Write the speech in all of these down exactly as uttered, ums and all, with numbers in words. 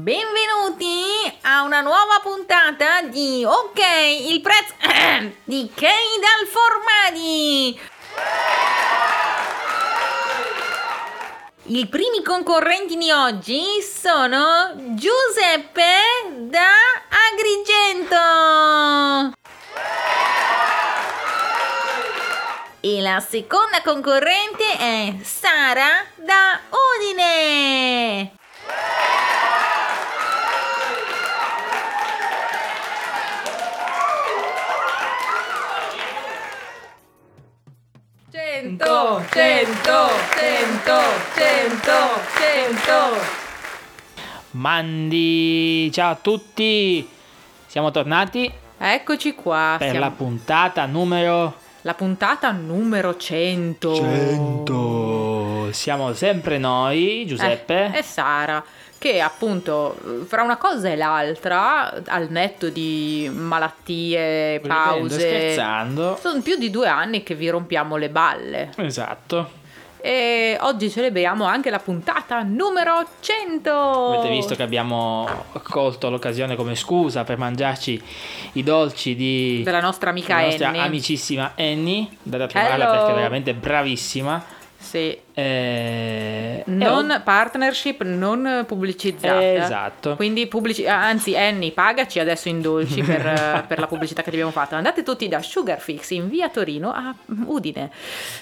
Benvenuti a una nuova puntata di Ok, il prezzo di Kei dal Formadi. I primi concorrenti di oggi sono Giuseppe da Agrigento e la seconda concorrente è Sara da Udine. Cento, cento, cento, cento, cento. Mandi, ciao a tutti, siamo tornati Eccoci qua. per siamo- la puntata numero la puntata numero cento. cento. Siamo sempre noi, Giuseppe. Eh, e Sara, che appunto fra una cosa e l'altra, al netto di malattie, Ridendo, pause, scherzando. sono più di due anni che vi rompiamo le balle. Esatto. E oggi celebriamo anche la puntata numero cento. Avete visto che abbiamo colto l'occasione come scusa per mangiarci i dolci di Della nostra amica della nostra Annie. amicissima Annie. Andate a trovarla Hello. perché è veramente bravissima. Sì. Eh, Non e- partnership non pubblicizzata. Esatto. Quindi pubblici- anzi Annie, pagaci adesso in dolci per, eh, per la pubblicità che ti abbiamo fatto. Andate tutti da Sugarfix in via Torino a Udine.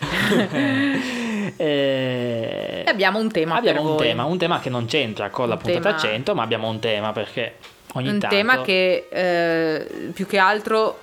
Eh, E abbiamo un tema abbiamo per un voi. tema, un tema che non c'entra con la Un puntata tema- cento, ma abbiamo un tema perché ogni Un tanto tema che eh, più che altro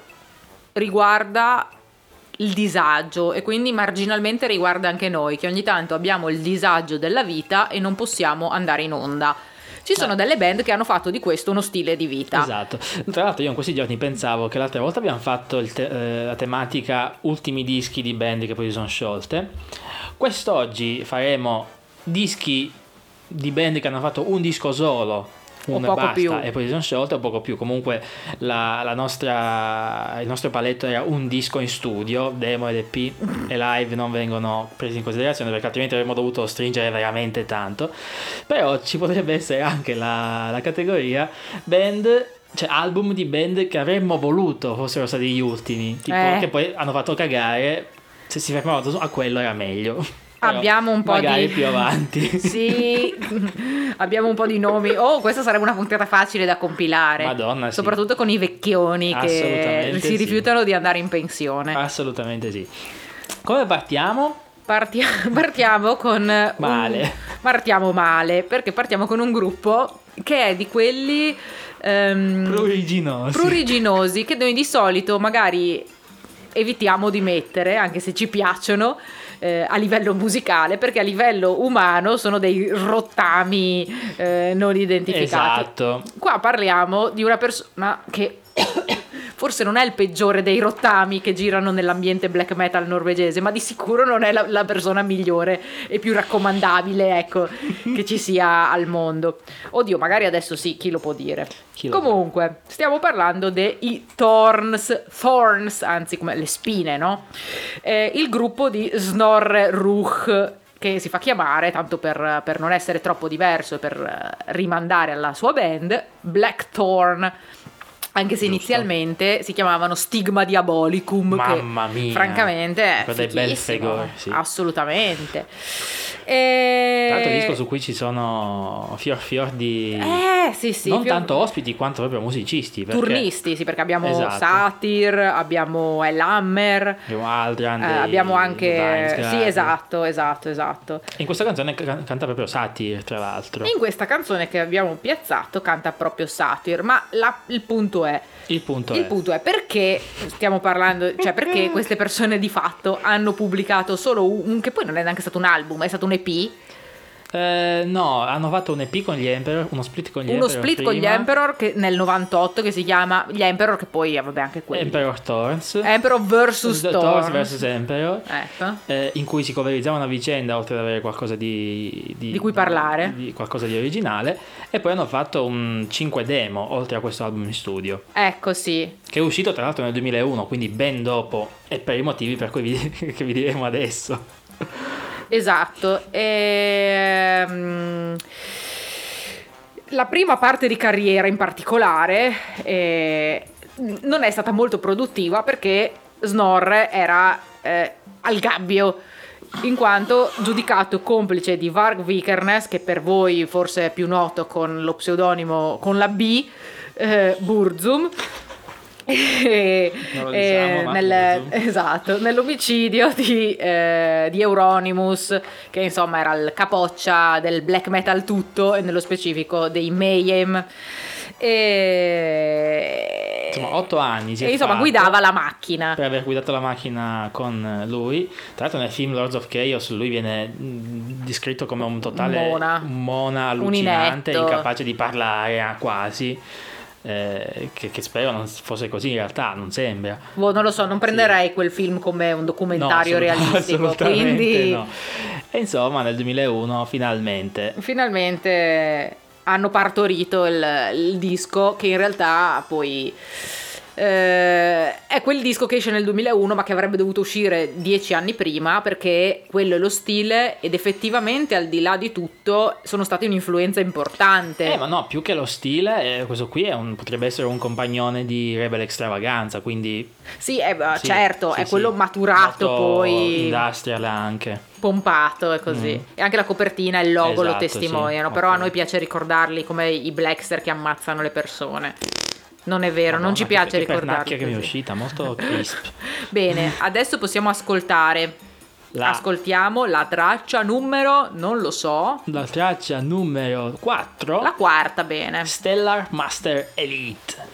riguarda il disagio e quindi marginalmente riguarda anche noi, che ogni tanto abbiamo il disagio della vita e non possiamo andare in onda. Ci sono delle band che hanno fatto di questo uno stile di vita. Esatto. Tra l'altro io in questi giorni pensavo che l'altra volta abbiamo fatto il te- eh, la tematica ultimi dischi di band che poi si sono sciolte. Quest'oggi faremo dischi di band che hanno fatto un disco solo, O uno e poco basta, più. e poi si sono sciolte, o poco più. Comunque la, la nostra, il nostro paletto era un disco in studio, demo ed E P e live non vengono presi in considerazione perché altrimenti avremmo dovuto stringere veramente tanto. Però ci potrebbe essere anche la, la categoria band, cioè album di band che avremmo voluto fossero stati gli ultimi, tipo Eh. che poi hanno fatto cagare. Se si fermavano a quello era meglio. Però Abbiamo un po' magari di più avanti. Sì, abbiamo un po' di nomi. Oh, questa sarebbe una puntata facile da compilare. Madonna, sì. Soprattutto con i vecchioni che Assolutamente si sì. rifiutano di andare in pensione. Assolutamente sì. Come partiamo? Partia- partiamo con un- Male. partiamo male perché partiamo con un gruppo che è di quelli ehm, Pruriginosi. pruriginosi che noi di solito magari evitiamo di mettere, anche se ci piacciono eh, a livello musicale, perché a livello umano sono dei rottami eh, non identificati. Esatto. Qua parliamo di una persona che forse non è il peggiore dei rottami che girano nell'ambiente black metal norvegese, ma di sicuro non è la, la persona migliore e più raccomandabile, ecco, che ci sia al mondo. Oddio, magari adesso sì, chi lo può dire. Chi lo Comunque, stiamo parlando dei Thorns, Thorns, anzi come le spine, no? Eh, il gruppo di Snorre Ruch, che si fa chiamare, tanto per, per non essere troppo diverso e per eh, rimandare alla sua band, Blackthorn. Anche se Giusto. inizialmente si chiamavano Stigma Diabolicum, Mamma che mia. francamente è Quello dei bel fighissimo, fregoni, sì. assolutamente. E... Tra l'altro disco su cui ci sono fior fior di Eh, sì, sì. non più- tanto ospiti quanto proprio musicisti, perché turnisti, sì, perché abbiamo Esatto. Satyr, abbiamo Elhammer, abbiamo Aldran, eh, dei- abbiamo anche... Weinsgard. Sì, esatto, esatto, esatto. E in questa canzone can- canta proprio Satyr, tra l'altro. In questa canzone che abbiamo piazzato canta proprio Satyr, ma la- il punto è... Il punto Il è punto è perché stiamo parlando, cioè perché queste persone di fatto hanno pubblicato solo un, che poi non è neanche stato un album, è stato un E P, Eh, no, hanno fatto un E P con gli Emperor, uno split con gli uno Emperor split con gli prima. Emperor che nel novantotto che si chiama gli Emperor, che poi eh, vabbè anche quelli Emperor Thorns. Emperor versus Thorns Thorns versus Emperor. ecco. Eh, in cui si coverizzavano a vicenda oltre ad avere qualcosa di, Di cui parlare. di, di qualcosa di originale, e poi hanno fatto un cinque demo oltre a questo album in studio Ecco, sì. che è uscito tra l'altro nel duemilauno, quindi ben dopo, e per i motivi per cui vi, che vi diremo adesso. Esatto. Ehm, la prima parte di carriera in particolare eh, non è stata molto produttiva perché Snorre era eh, al gabbio, in quanto giudicato complice di Varg Vikernes, che per voi forse è più noto con lo pseudonimo con la B, eh, Burzum. E, Non lo e diciamo, ma nel, Burzum. esatto, nell'omicidio di, eh, di Euronymous, che insomma era il capoccia del black metal tutto, e nello specifico dei Mayhem. E Insomma, otto anni si è e insomma fatto guidava la macchina. per aver guidato la macchina con lui. Tra l'altro nel film Lords of Chaos lui viene mh, descritto come un totale Mona. un mona Un allucinante, inetto. incapace di parlare ah, quasi. Eh, che, che spero non fosse così, in realtà non sembra. Boh, non lo so, non prenderei quel film come un documentario No, assolut- realistico, assolutamente quindi no. E insomma nel duemilauno finalmente finalmente hanno partorito il, il disco, che in realtà poi eh, è quel disco che esce nel duemilauno ma che avrebbe dovuto uscire dieci anni prima, perché quello è lo stile, ed effettivamente al di là di tutto sono stati un'influenza importante. Eh, ma no, più che lo stile, eh, questo qui è un, potrebbe essere un compagnone di Rebel Extravaganza, quindi Sì, è, sì, certo, sì, è sì. quello maturato, Molto poi industrial anche. pompato e così. Mm. E anche la copertina e il logo lo Esatto, testimoniano, sì, però a molto. noi piace ricordarli come i Blackster che ammazzano le persone. Non è vero, non Madonna, ci che- piace che ricordarli pernacchia che mi è così. uscita, molto crisp. Bene, adesso possiamo ascoltare. La, Ascoltiamo la traccia numero, non lo so, la traccia numero quattro, la quarta, bene. Stellar Master Elite.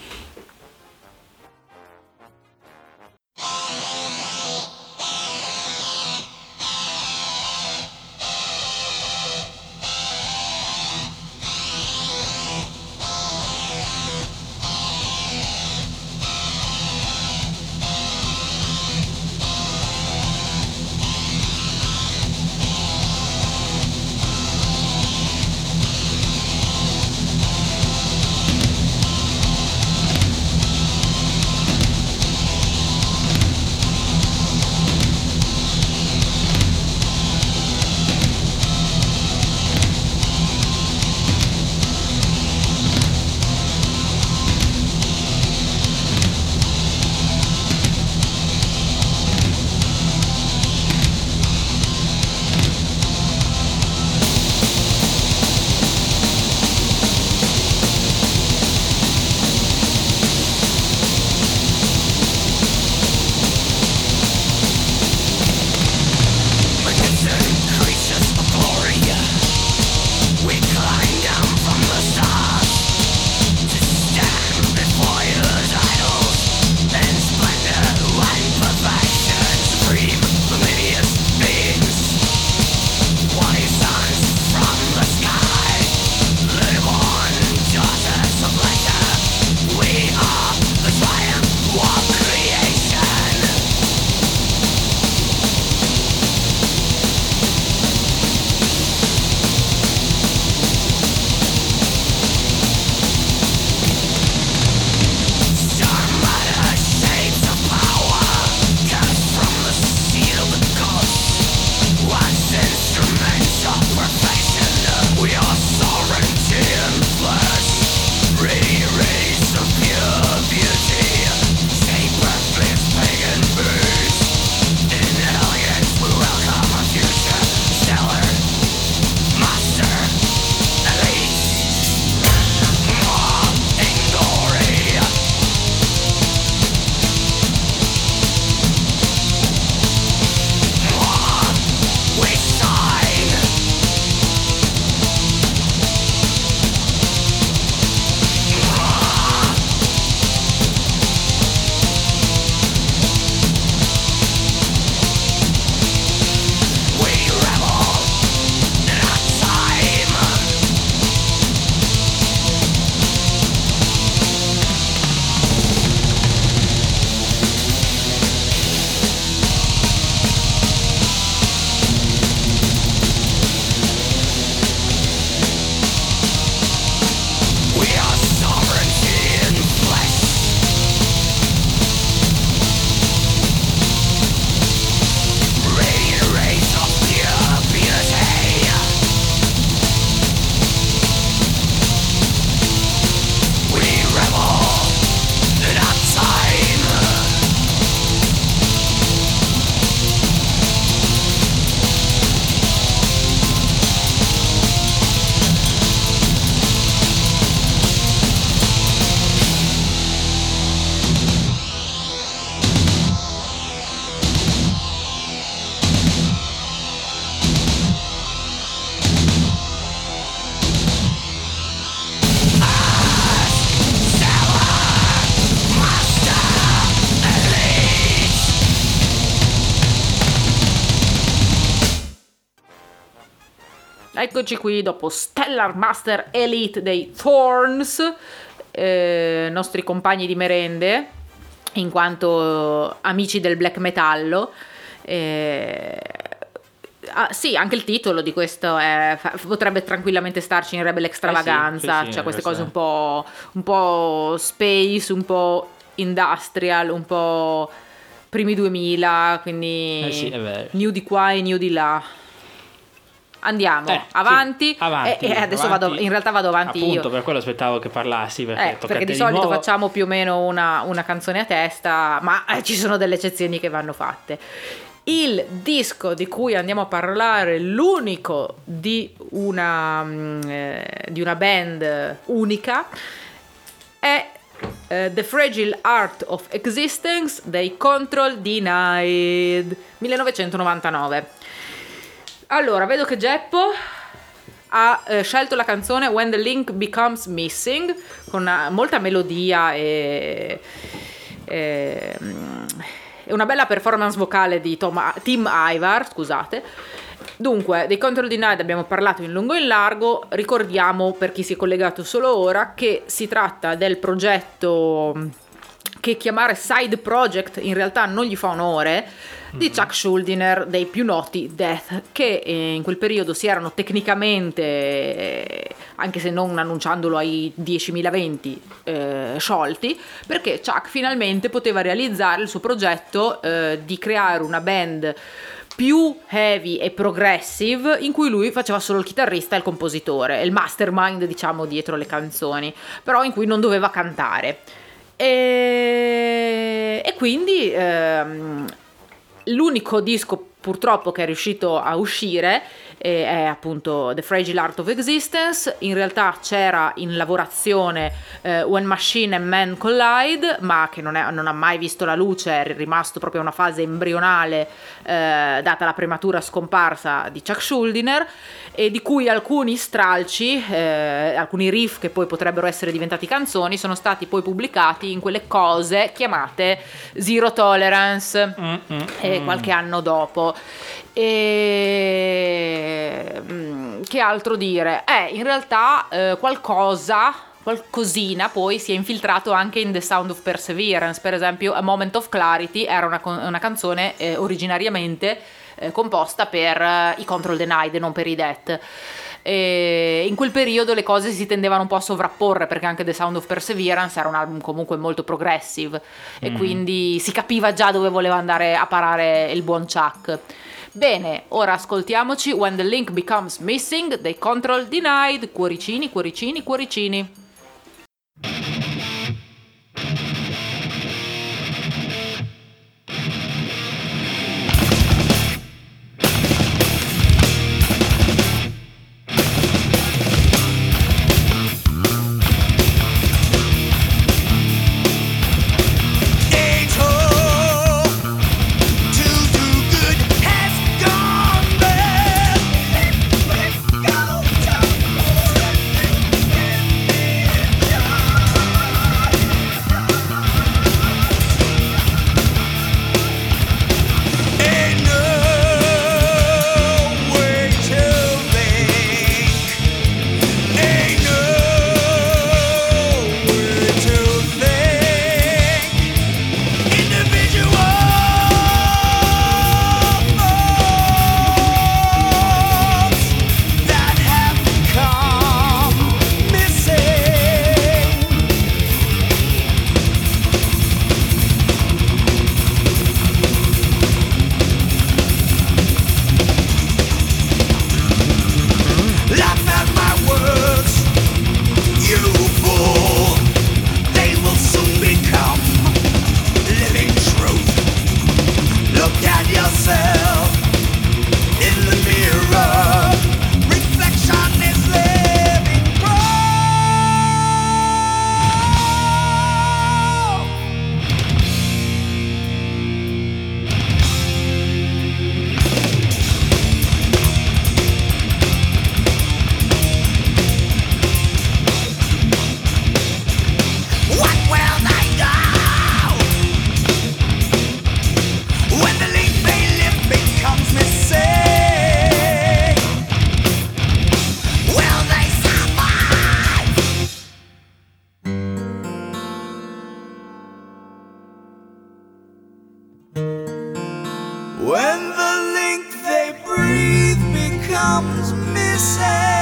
eccoci qui dopo Stellar Master Elite dei Thorns, eh, nostri compagni di merende, in quanto amici del black metallo. Eh, ah, sì, anche il titolo di questo è, fa, potrebbe tranquillamente starci in Rebel Extravaganza, eh sì, sì, cioè queste questo cose un po', un po' space, un po' industrial, un po' primi duemila, quindi eh sì, è vero. new di qua e new di là. Andiamo Eh, avanti, sì, avanti, e, e adesso avanti. vado, in realtà vado avanti Appunto, io. per quello aspettavo che parlassi, perché, Eh, tocca a perché te di solito nuovo. facciamo più o meno una, una canzone a testa, ma eh, ci sono delle eccezioni che vanno fatte. Il disco di cui andiamo a parlare, l'unico di una, mm, eh, di una band unica, è eh, The Fragile Art of Existence dei Control Denied, millenovecentonovantanove. Allora, vedo che Geppo ha eh, scelto la canzone When the Link Becomes Missing, con una, molta melodia e, e, e una bella performance vocale di Tom, Tim Ivar, scusate. Dunque, dei Control Denied abbiamo parlato in lungo e in largo. Ricordiamo, per chi si è collegato solo ora, che si tratta del progetto che chiamare side project in realtà non gli fa onore, di Chuck Schuldiner, dei più noti Death, che eh, in quel periodo si erano tecnicamente, eh, anche se non annunciandolo ai diecimila venti, eh, sciolti, perché Chuck finalmente poteva realizzare il suo progetto eh, di creare una band più heavy e progressive, in cui lui faceva solo il chitarrista e il compositore, il mastermind, diciamo, dietro le canzoni, però in cui non doveva cantare. E, e quindi ehm, l'unico disco purtroppo che è riuscito a uscire eh, è appunto The Fragile Art of Existence. In realtà c'era in lavorazione eh, When Machine and Man Collide, ma che non, è, non ha mai visto la luce, è rimasto proprio una fase embrionale eh, data la prematura scomparsa di Chuck Schuldiner, e di cui alcuni stralci, eh, alcuni riff che poi potrebbero essere diventati canzoni, sono stati poi pubblicati in quelle cose chiamate Zero Tolerance, mm, mm, eh, mm. qualche anno dopo. E che altro dire? Eh, in realtà eh, qualcosa, qualcosina poi si è infiltrato anche in The Sound of Perseverance. Per esempio, A Moment of Clarity era una, una canzone eh, originariamente eh, composta per eh, i Control Denied, non per i Death. E in quel periodo le cose si tendevano un po' a sovrapporre, perché anche The Sound of Perseverance era un album comunque molto progressive, mm. e quindi si capiva già dove voleva andare a parare il buon Chuck. Bene, ora ascoltiamoci When the Link Becomes Missing dei Control Denied. Cuoricini, cuoricini, cuoricini. Let's go, when the link they breathe becomes missing.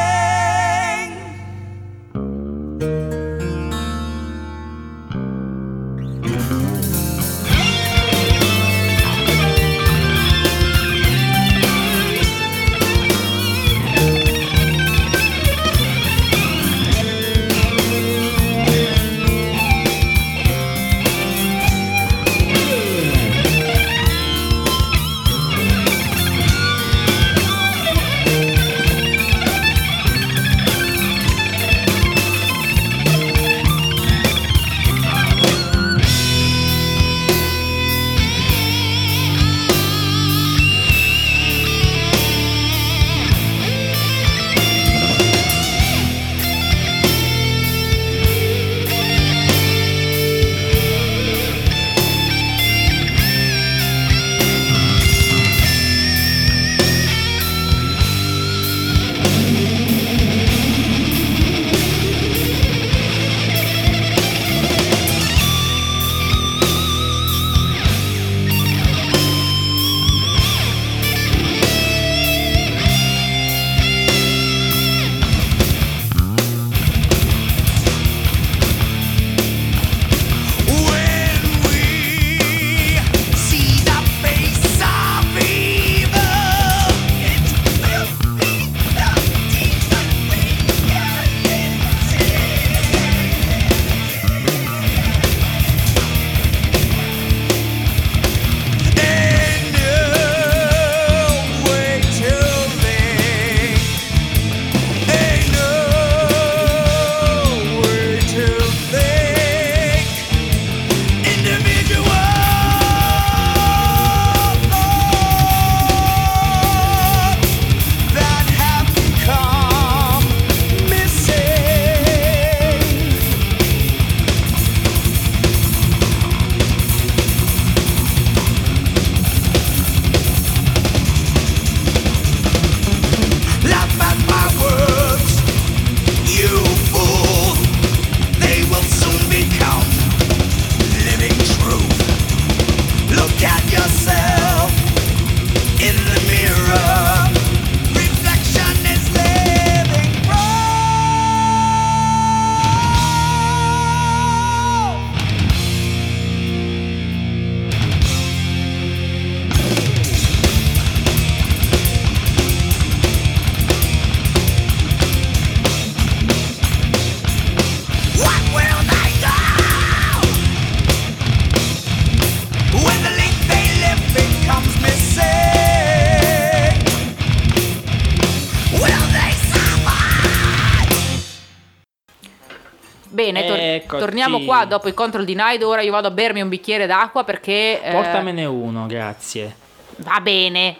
Bene, tor- Eccoci. torniamo qua dopo il control denied. Ora io vado a bermi un bicchiere d'acqua perché eh, Portamene uno, grazie. va bene.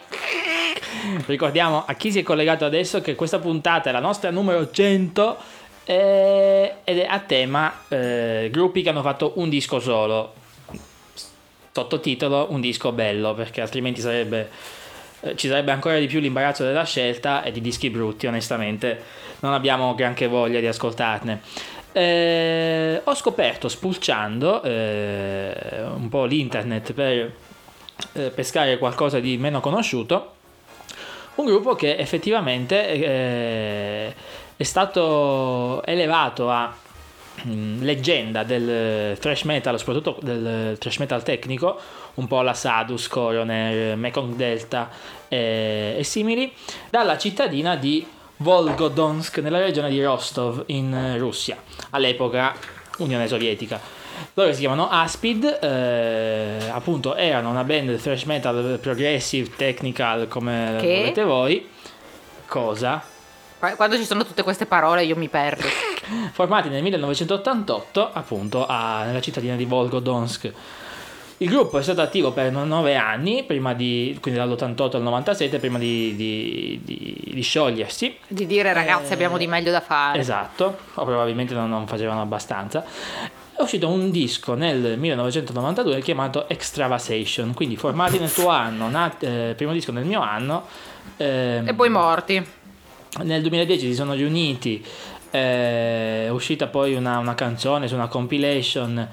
Ricordiamo a chi si è collegato adesso che questa puntata è la nostra numero cento eh, ed è a tema eh, gruppi che hanno fatto un disco solo. Sottotitolo un disco bello, perché altrimenti sarebbe eh, ci sarebbe ancora di più l'imbarazzo della scelta, e di dischi brutti onestamente non abbiamo granché voglia di ascoltarne. Eh, ho scoperto spulciando eh, un po' l'internet per eh, pescare qualcosa di meno conosciuto, un gruppo che effettivamente eh, è stato elevato a mh, leggenda del thrash metal, soprattutto del thrash metal tecnico, un po' la Sadus, Coroner, Mekong Delta eh, e simili, dalla cittadina di Volgodonsk nella regione di Rostov in Russia, all'epoca Unione Sovietica. Loro si chiamano Aspid, eh, appunto erano una band thrash metal progressive, technical, come Che? volete voi. Cosa? Quando ci sono tutte queste parole io mi perdo. Formati nel millenovecentottantotto appunto a, nella cittadina di Volgodonsk. Il gruppo è stato attivo per nove anni, prima di, quindi dall'ottantotto al novantasette, prima di, di, di, di sciogliersi. Di dire ragazzi Eh, abbiamo di meglio da fare. Esatto, o probabilmente non, non facevano abbastanza. È uscito un disco nel millenovecentonovantadue chiamato Extravasation, quindi formati nel tuo anno, nat, eh, primo disco nel mio anno. ehm, E poi morti. Nel duemiladieci si sono riuniti Eh, è uscita poi una, una canzone su una compilation,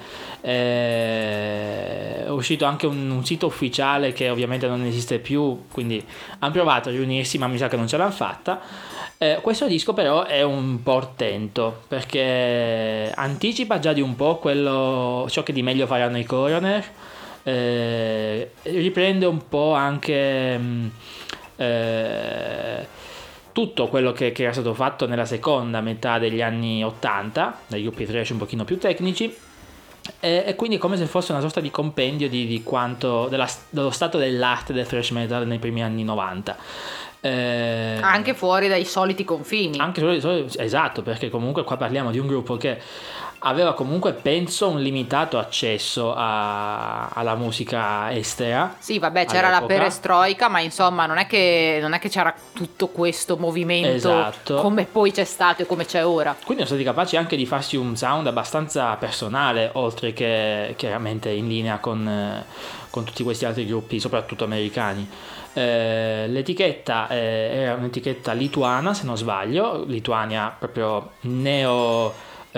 eh, è uscito anche un, un sito ufficiale che ovviamente non esiste più, quindi hanno provato a riunirsi ma mi sa che non ce l'hanno fatta. Eh, questo disco però è un portento perché anticipa già di un po' quello, ciò che di meglio faranno i Coroner, eh, riprende un po' anche mh, eh, tutto quello che, che era stato fatto nella seconda metà degli anni ottanta dai gruppi thrash un pochino più tecnici, e, e quindi è come se fosse una sorta di compendio di, di quanto della, dello stato dell'arte del thrash metal nei primi anni novanta. Eh, anche fuori dai soliti confini. Anche fuori, fuori, esatto, perché comunque qua parliamo di un gruppo che aveva comunque, penso, un limitato accesso a, alla musica estera. Sì, vabbè, c'era all'epoca. la perestroica, ma insomma non è che non è che c'era tutto questo movimento, esatto, come poi c'è stato e come c'è ora. Quindi sono stati capaci anche di farsi un sound abbastanza personale, oltre che chiaramente in linea con, con tutti questi altri gruppi, soprattutto americani. Eh, l'etichetta eh, era un'etichetta lituana, se non sbaglio, Lituania proprio neo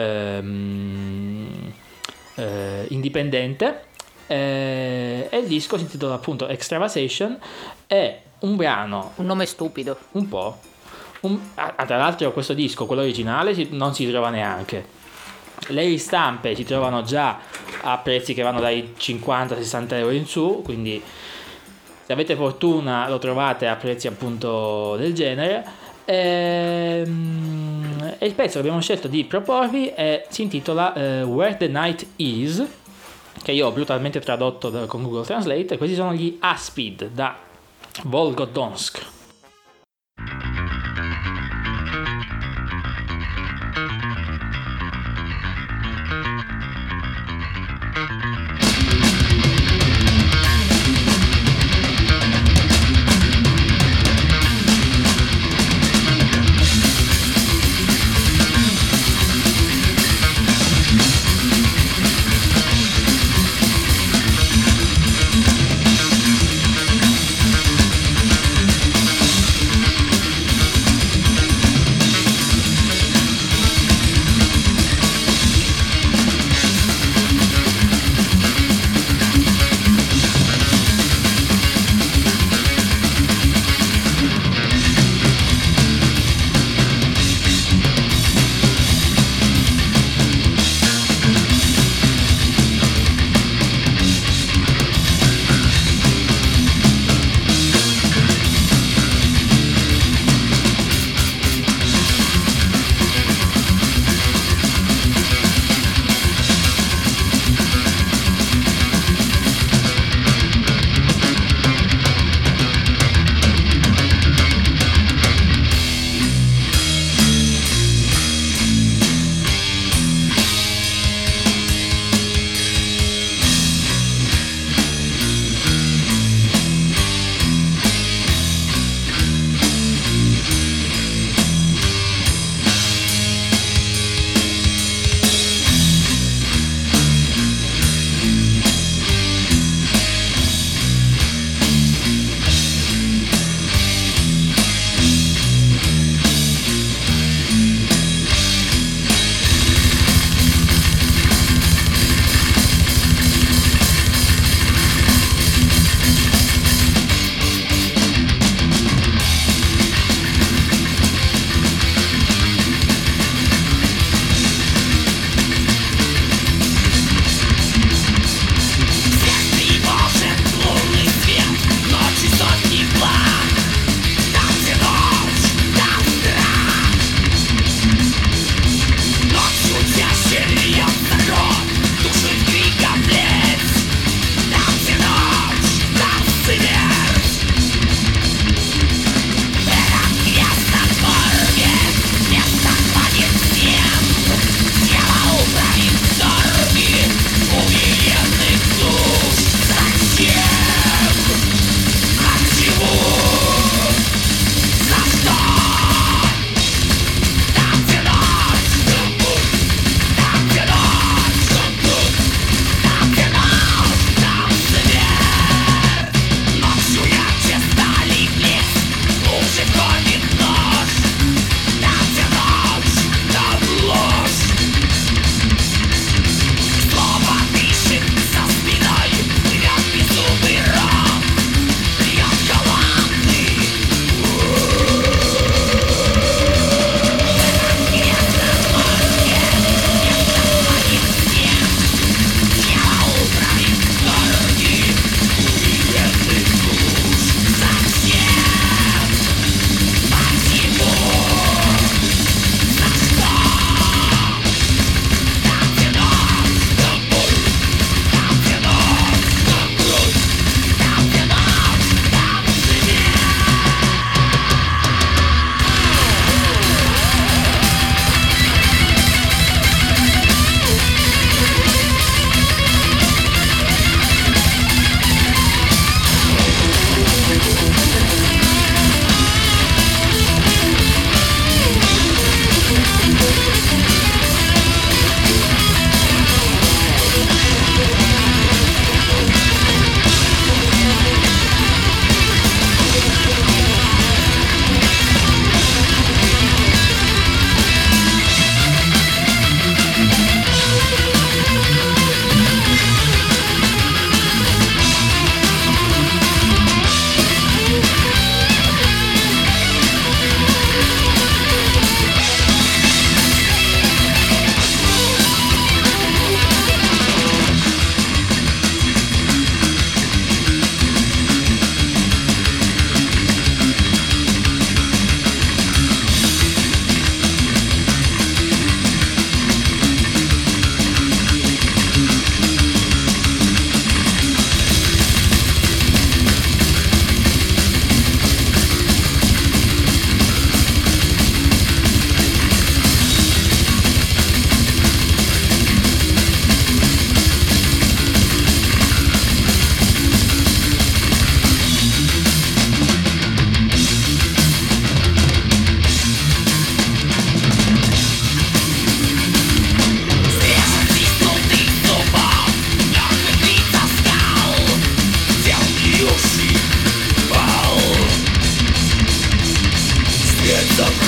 ehm, eh, indipendente, eh, e il disco si intitola appunto Extravasation. È un brano, un nome stupido, un po', un, ah, tra l'altro questo disco, quello originale, si, non si trova neanche. Le ristampe si trovano già a prezzi che vanno dai cinquanta sessanta euro in su, quindi se avete fortuna lo trovate a prezzi appunto del genere. E, e il pezzo che abbiamo scelto di proporvi è, si intitola uh, Where the Night Is, che io ho brutalmente tradotto da, con Google Translate, e questi sono gli Aspid da Volgodonsk. Thank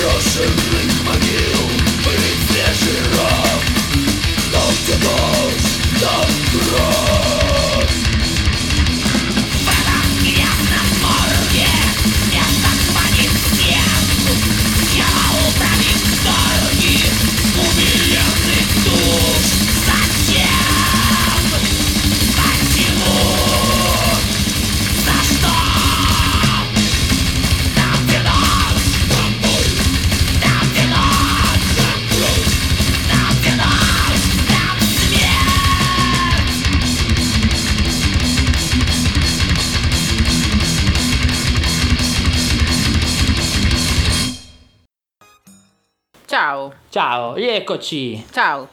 Ciao. Ciao, rieccoci. Ciao.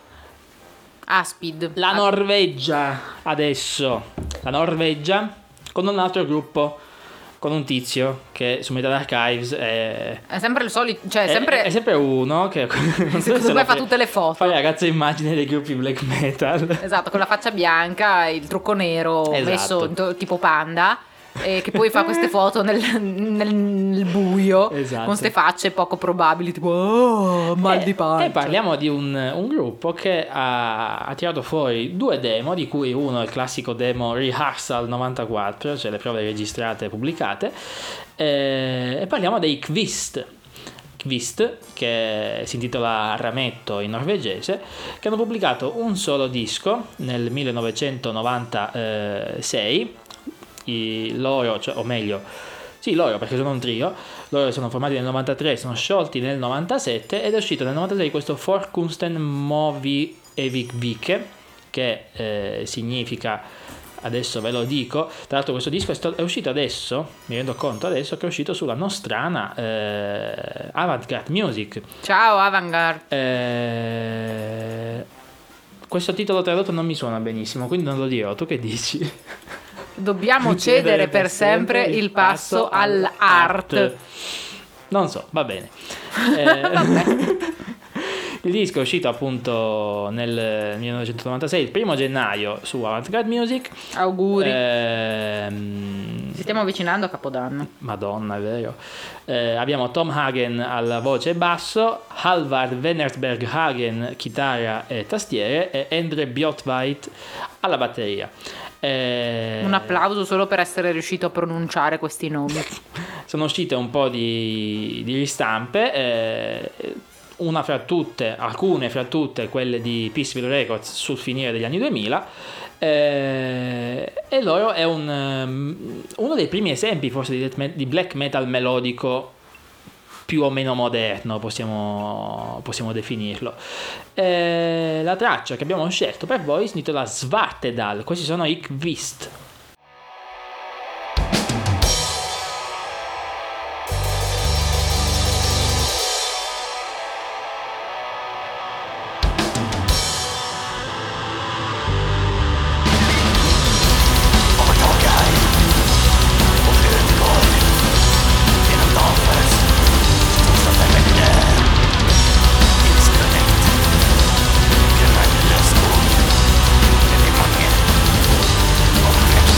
Aspid. La As- Norvegia adesso. La Norvegia con un altro gruppo, con un tizio che su Metal Archives è... È sempre il solito, cioè È, sempre... è sempre uno che non so se Secondo me lo fa pre- tutte le foto. fa le ragazze immagini dei gruppi black metal. Esatto, con la faccia bianca, il trucco nero Esatto. messo in to- tipo panda, e che poi fa queste foto nel, nel- nel buio, Esatto. con ste facce poco probabili, tipo oh, mal di E- pancia. E parliamo di un, un gruppo che ha, ha tirato fuori due demo, di cui uno è il classico demo Rehearsal novantaquattro, cioè le prove registrate e pubblicate, e, e parliamo dei Kvist. Kvist, che si intitola Rametto in norvegese, che hanno pubblicato un solo disco nel millenovecentonovantasei. I, loro, cioè, o meglio, sì, loro, perché sono un trio. Loro sono formati nel novantatré, sono sciolti nel novantasette ed è uscito nel novantasei questo Forkunsten Movi Evik Vike, che eh, significa, adesso ve lo dico, tra l'altro questo disco è, sto- è uscito adesso, mi rendo conto adesso che è uscito sulla nostrana eh, Avantgarde Music. Ciao Avantgarde. Eh, questo titolo tradotto non mi suona benissimo, quindi non lo dirò, tu che dici? Dobbiamo cedere per sempre il passo all'art. Non so, va bene. Eh, il disco è uscito appunto nel millenovecentonovantasei, il primo gennaio su Avantgarde Music. Auguri. Ehm, Ci stiamo avvicinando a Capodanno. Madonna, è vero. Eh, abbiamo Tom Hagen alla voce e basso, Halvard Wennersberg Hagen chitarra e tastiere e Endre Bjotveit alla batteria. Eh, Un applauso solo per essere riuscito a pronunciare questi nomi. Sono uscite un po' di, di ristampe, eh, una fra tutte, alcune fra tutte quelle di Peaceville Records sul finire degli anni duemila, eh, e loro è un, um, uno dei primi esempi forse di, death me- di black metal melodico più o meno moderno, possiamo, possiamo definirlo. Eh, la traccia che abbiamo scelto per voi si intitola Svartedal, questi sono i Kvist. Disconnect.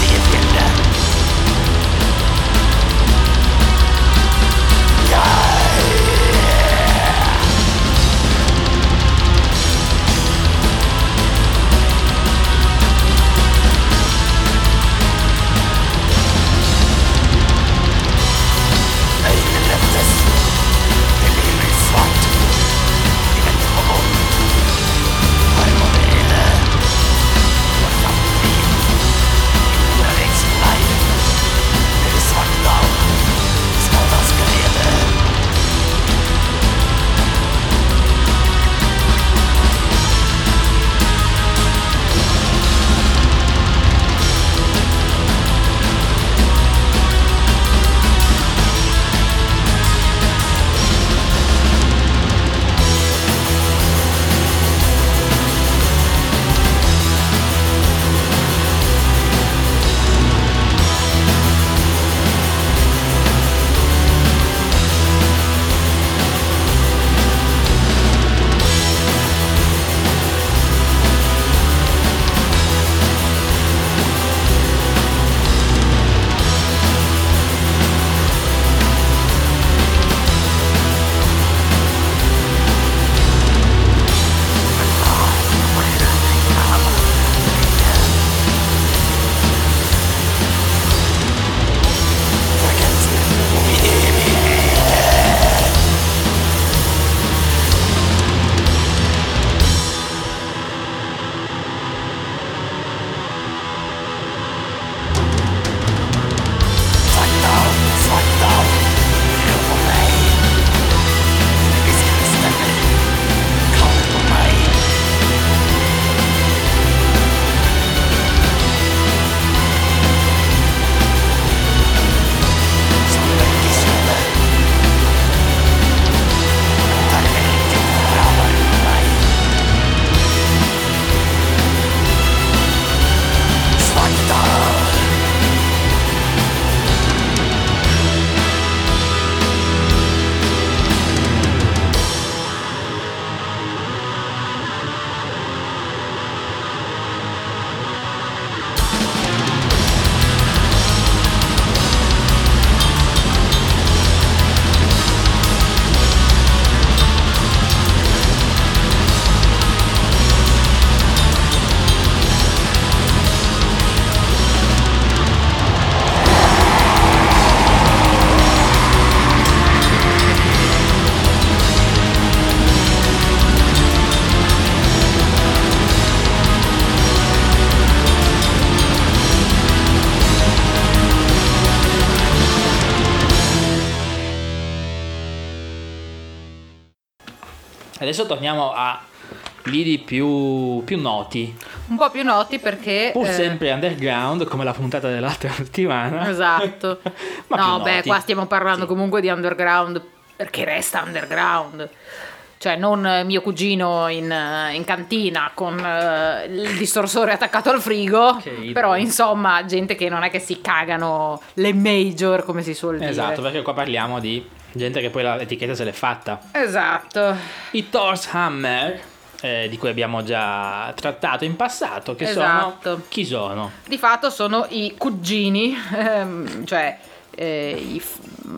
Adesso torniamo a lidi più, più noti, Un po' più noti perché... pur eh, sempre underground, come la puntata dell'altra settimana. Esatto. Ma No, più beh, noti. qua stiamo parlando Sì. comunque di underground perché resta underground. Cioè, non eh, mio cugino in, eh, in cantina con eh, il distorsore attaccato al frigo, Che idolo. però insomma, gente che non è che si cagano le major, come si suol dire. Esatto, perché qua parliamo di gente che poi l'etichetta se l'è fatta. Esatto. I Thor's Hammer, eh, di cui abbiamo già trattato in passato, che Esatto. sono... Chi sono? Di fatto sono i cugini, ehm, cioè eh, i, f-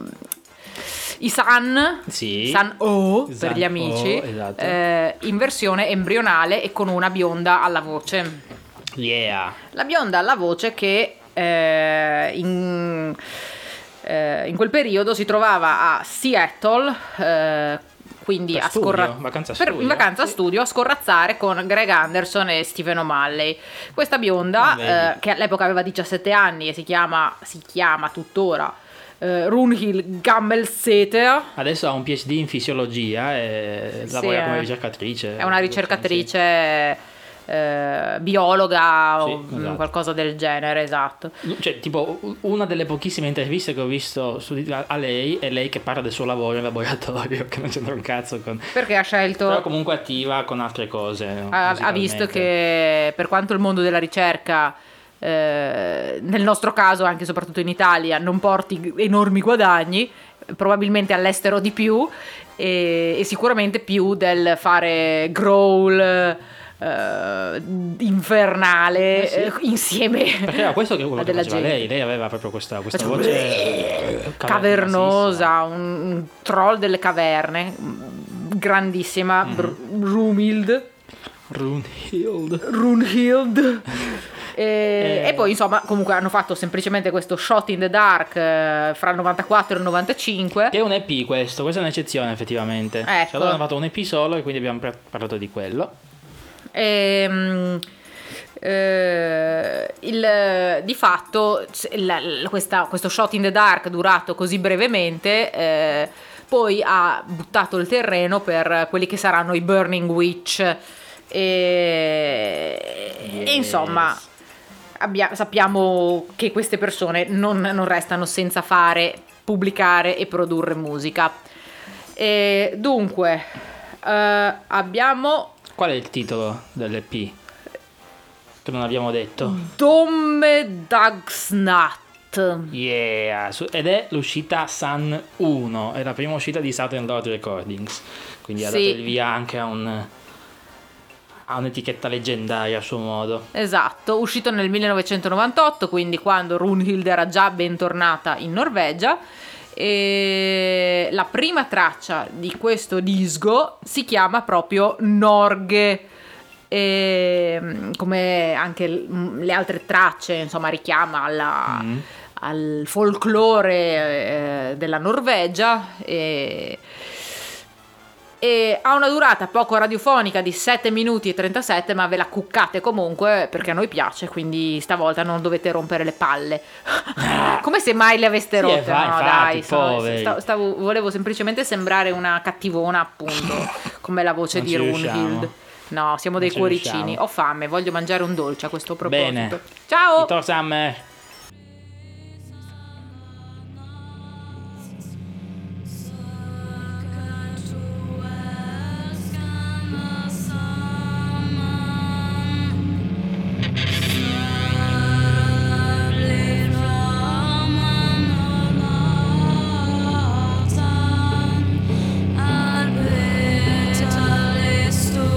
i San, Sì. San O San per gli amici, O, esatto. eh, in versione embrionale e con una bionda alla voce. Yeah. La bionda alla voce che eh, in, eh, in quel periodo si trovava a Seattle, eh, quindi Per a studio, scorra- vacanza per- studio. in vacanza Sì. studio a scorrazzare con Greg Anderson e Stephen O'Malley. Questa bionda, Ah, vedi. eh, che all'epoca aveva diciassette anni e si chiama, si chiama tuttora eh, Runhild Gammelseter, Adesso ha un P H D in fisiologia e Sì, lavora come eh. ricercatrice. è una ricercatrice eh, biologa Sì, o esatto. qualcosa del genere, esatto. Sì. Cioè, tipo, una delle pochissime interviste che ho visto su di- a a lei è lei che parla del suo lavoro in laboratorio, che non c'entra un cazzo con... Perché ha scelto... Però comunque attiva con altre cose. ha, ha visto che per quanto il mondo della ricerca eh, nel nostro caso anche e soprattutto in Italia non porti enormi guadagni, probabilmente all'estero di più e, e sicuramente più del fare growl eh, infernale Eh sì. eh, insieme Perché era questo che, quello a che della faceva gente. lei. Lei aveva proprio questa, questa Faceva voce cavernosa, un, un troll delle caverne, grandissima, Mhm. Br- Brumhild. Runhild. Runhild. E, Eh. e poi insomma comunque hanno fatto semplicemente questo Shot in the Dark eh, fra il novantaquattro e il novantacinque. Che è un E P questo, questa è un'eccezione effettivamente. Ecco. Cioè, allora hanno fatto un E P solo e quindi abbiamo par- parlato di quello. Ehm, eh, il, di fatto c- la- la- questa- questo Shot in the Dark durato così brevemente eh, poi ha buttato il terreno per quelli che saranno i Burning Witch e, e Yes. insomma abbia- sappiamo che queste persone non, non restano senza fare, pubblicare e produrre musica. E dunque eh, abbiamo Qual è il titolo dell'E P? Che non abbiamo detto. Domme Dagsnatt. Yeah, su- ed è l'uscita Sun uno, è la prima uscita di Southern Lord Recordings, quindi ha Sì. dato il via anche a un a un'etichetta leggendaria a suo modo. Esatto, uscito nel millenovecentonovantotto, quindi quando Runhild era già bentornata in Norvegia. E la prima traccia di questo disco si chiama proprio Norge. E, come anche l- le altre tracce, insomma, richiama alla, Mm. al folklore eh, della Norvegia e, e ha una durata poco radiofonica di sette minuti e trentasette, ma ve la cuccate comunque perché a noi piace, quindi stavolta non dovete rompere le palle. Come se mai le aveste Sì, rotte. eh, fa- No, infatti, dai, sono- poveri. stavo- stavo- volevo semplicemente sembrare una cattivona, appunto, come la voce Non di ci Runhild. riusciamo. No, siamo dei ci cuoricini. riusciamo. Ho fame, voglio mangiare un dolce a questo proposito. Bene. Ciao! I Thor Summer.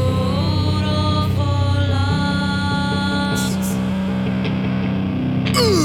Ooh.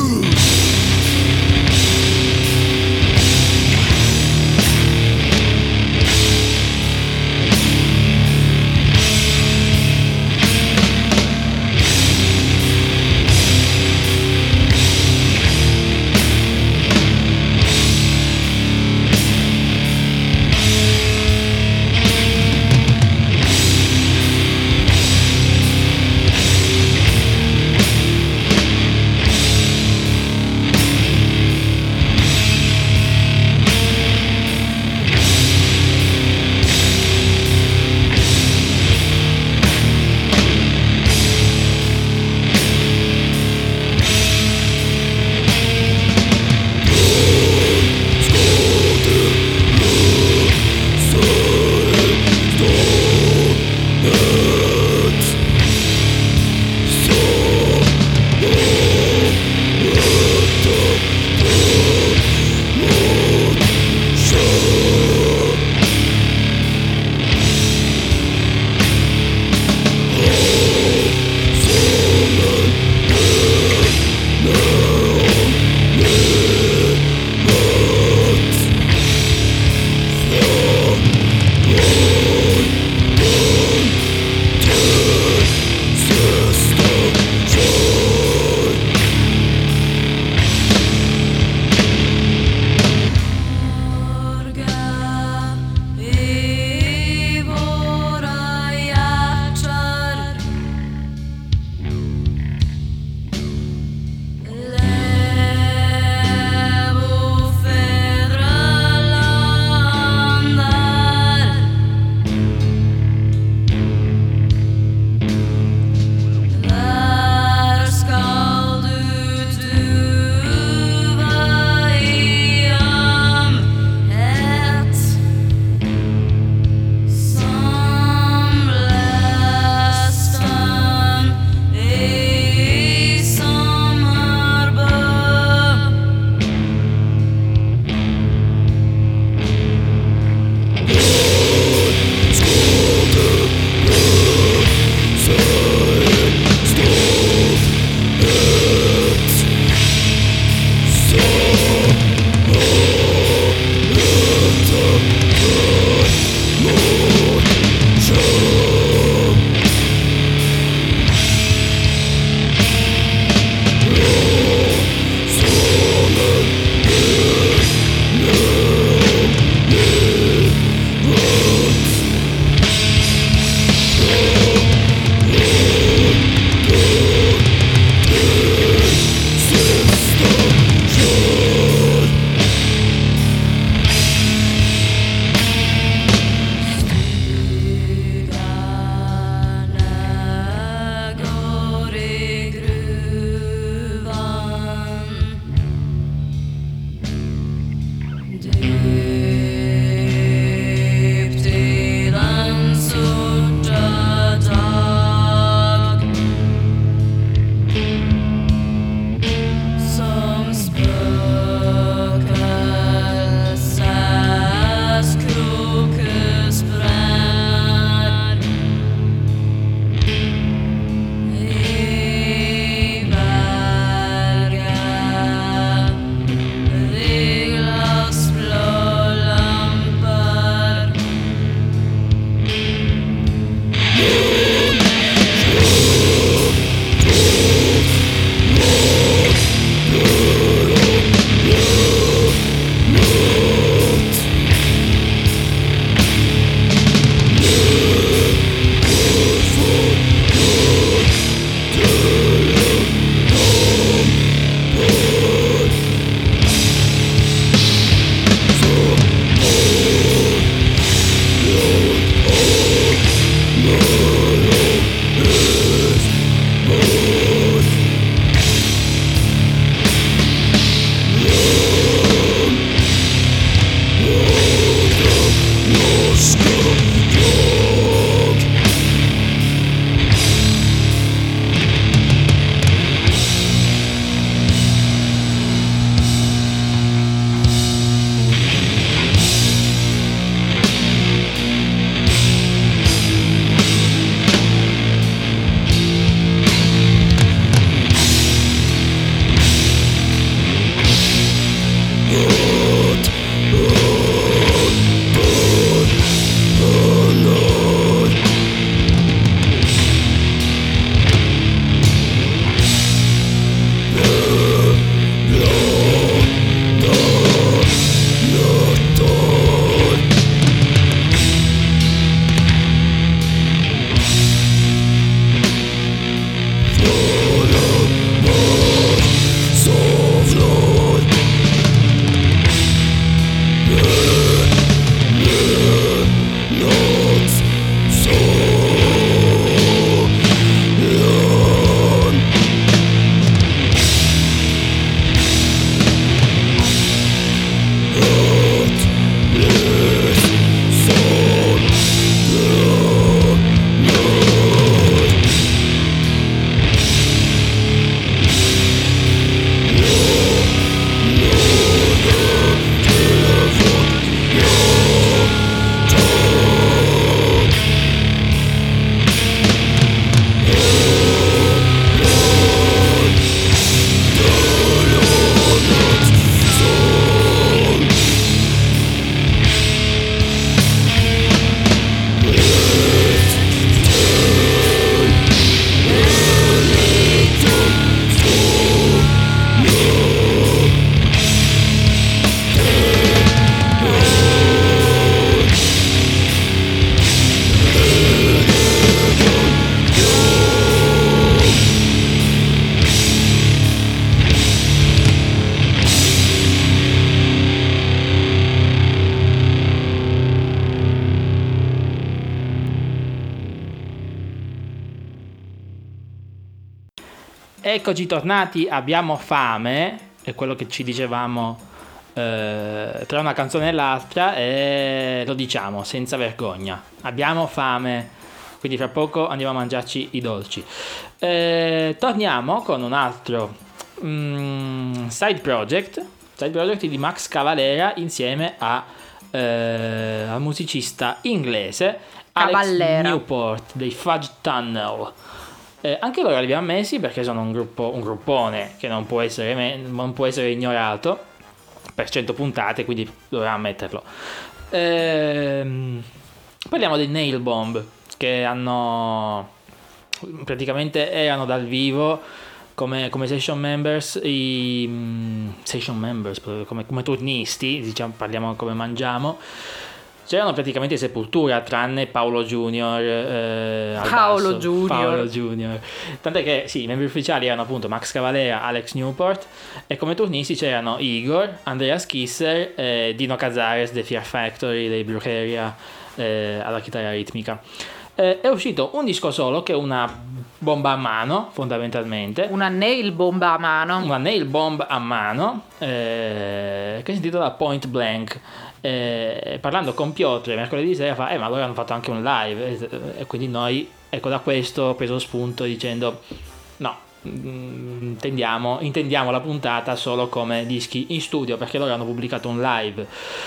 eccoci tornati, abbiamo fame, è quello che ci dicevamo eh, tra una canzone e l'altra, e lo diciamo senza vergogna, abbiamo fame, quindi fra poco andiamo a mangiarci i dolci. Eh, torniamo con un altro mm, side project, side project di Max Cavalera insieme a, eh, al musicista inglese Alex Cavallera. Newport dei Fudge Tunnel. Eh, anche loro li abbiamo messi perché sono un gruppo, un gruppone che non può essere, me- non può essere ignorato per cento puntate, quindi dovevamo metterlo. Ehm, parliamo dei Nail Bomb, che hanno praticamente erano dal vivo come, come session members, i mm, session members come, come turnisti, diciamo, parliamo come mangiamo. C'erano praticamente Sepultura, tranne Paolo Junior eh, al Paolo basso. Junior. Paolo Junior. Tant'è che sì, i membri ufficiali erano appunto Max Cavalera, Alex Newport, e come turnisti c'erano Igor, Andreas Kisser e Dino Cazares dei Fear Factory, dei Brujeria eh, alla chitarra ritmica. Eh, è uscito un disco solo che è una bomba a mano, fondamentalmente. Una nail bomba a mano. Una nail bomb a mano eh, che si intitola Point Blank. Eh, parlando con Piotr mercoledì sera fa eh ma loro hanno fatto anche un live e, e quindi noi, ecco, da questo ho preso spunto dicendo no, mh, intendiamo, intendiamo la puntata solo come dischi in studio, perché loro hanno pubblicato un live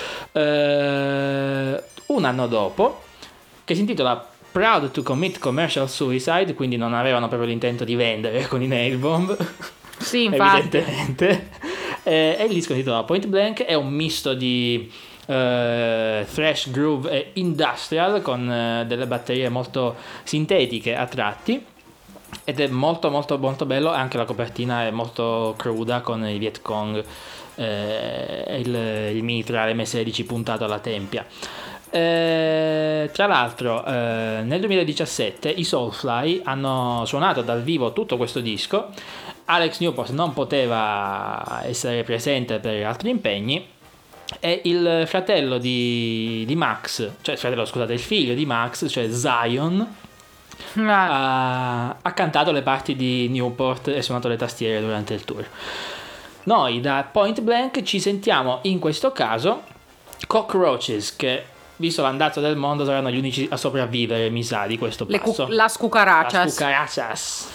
eh, un anno dopo che si intitola Proud to Commit Commercial Suicide, quindi non avevano proprio l'intento di vendere con i Nail Bomb. Sì, infatti. Evidentemente. Eh, e il disco si intitola Point Blank, è un misto di Uh, thrash, groove e industrial con uh, delle batterie molto sintetiche a tratti, ed è molto molto molto bello. Anche la copertina è molto cruda con i Viet Cong eh, e il, il mitra M sedici puntato alla tempia. Eh, tra l'altro eh, nel duemiladiciassette i Soulfly hanno suonato dal vivo tutto questo disco. Alex Newport non poteva essere presente per altri impegni, e il fratello di, di Max, cioè il fratello, scusate, il figlio di Max, cioè Zion, Ah. ha, ha cantato le parti di Newport e suonato le tastiere durante il tour. Noi da Point Blank ci sentiamo in questo caso Cockroaches, che visto l'andazzo del mondo saranno gli unici a sopravvivere, mi sa, di questo Le cu- passo. las cucarachas. Las cucarachas.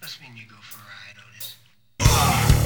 Must mean you go for a ride, Otis.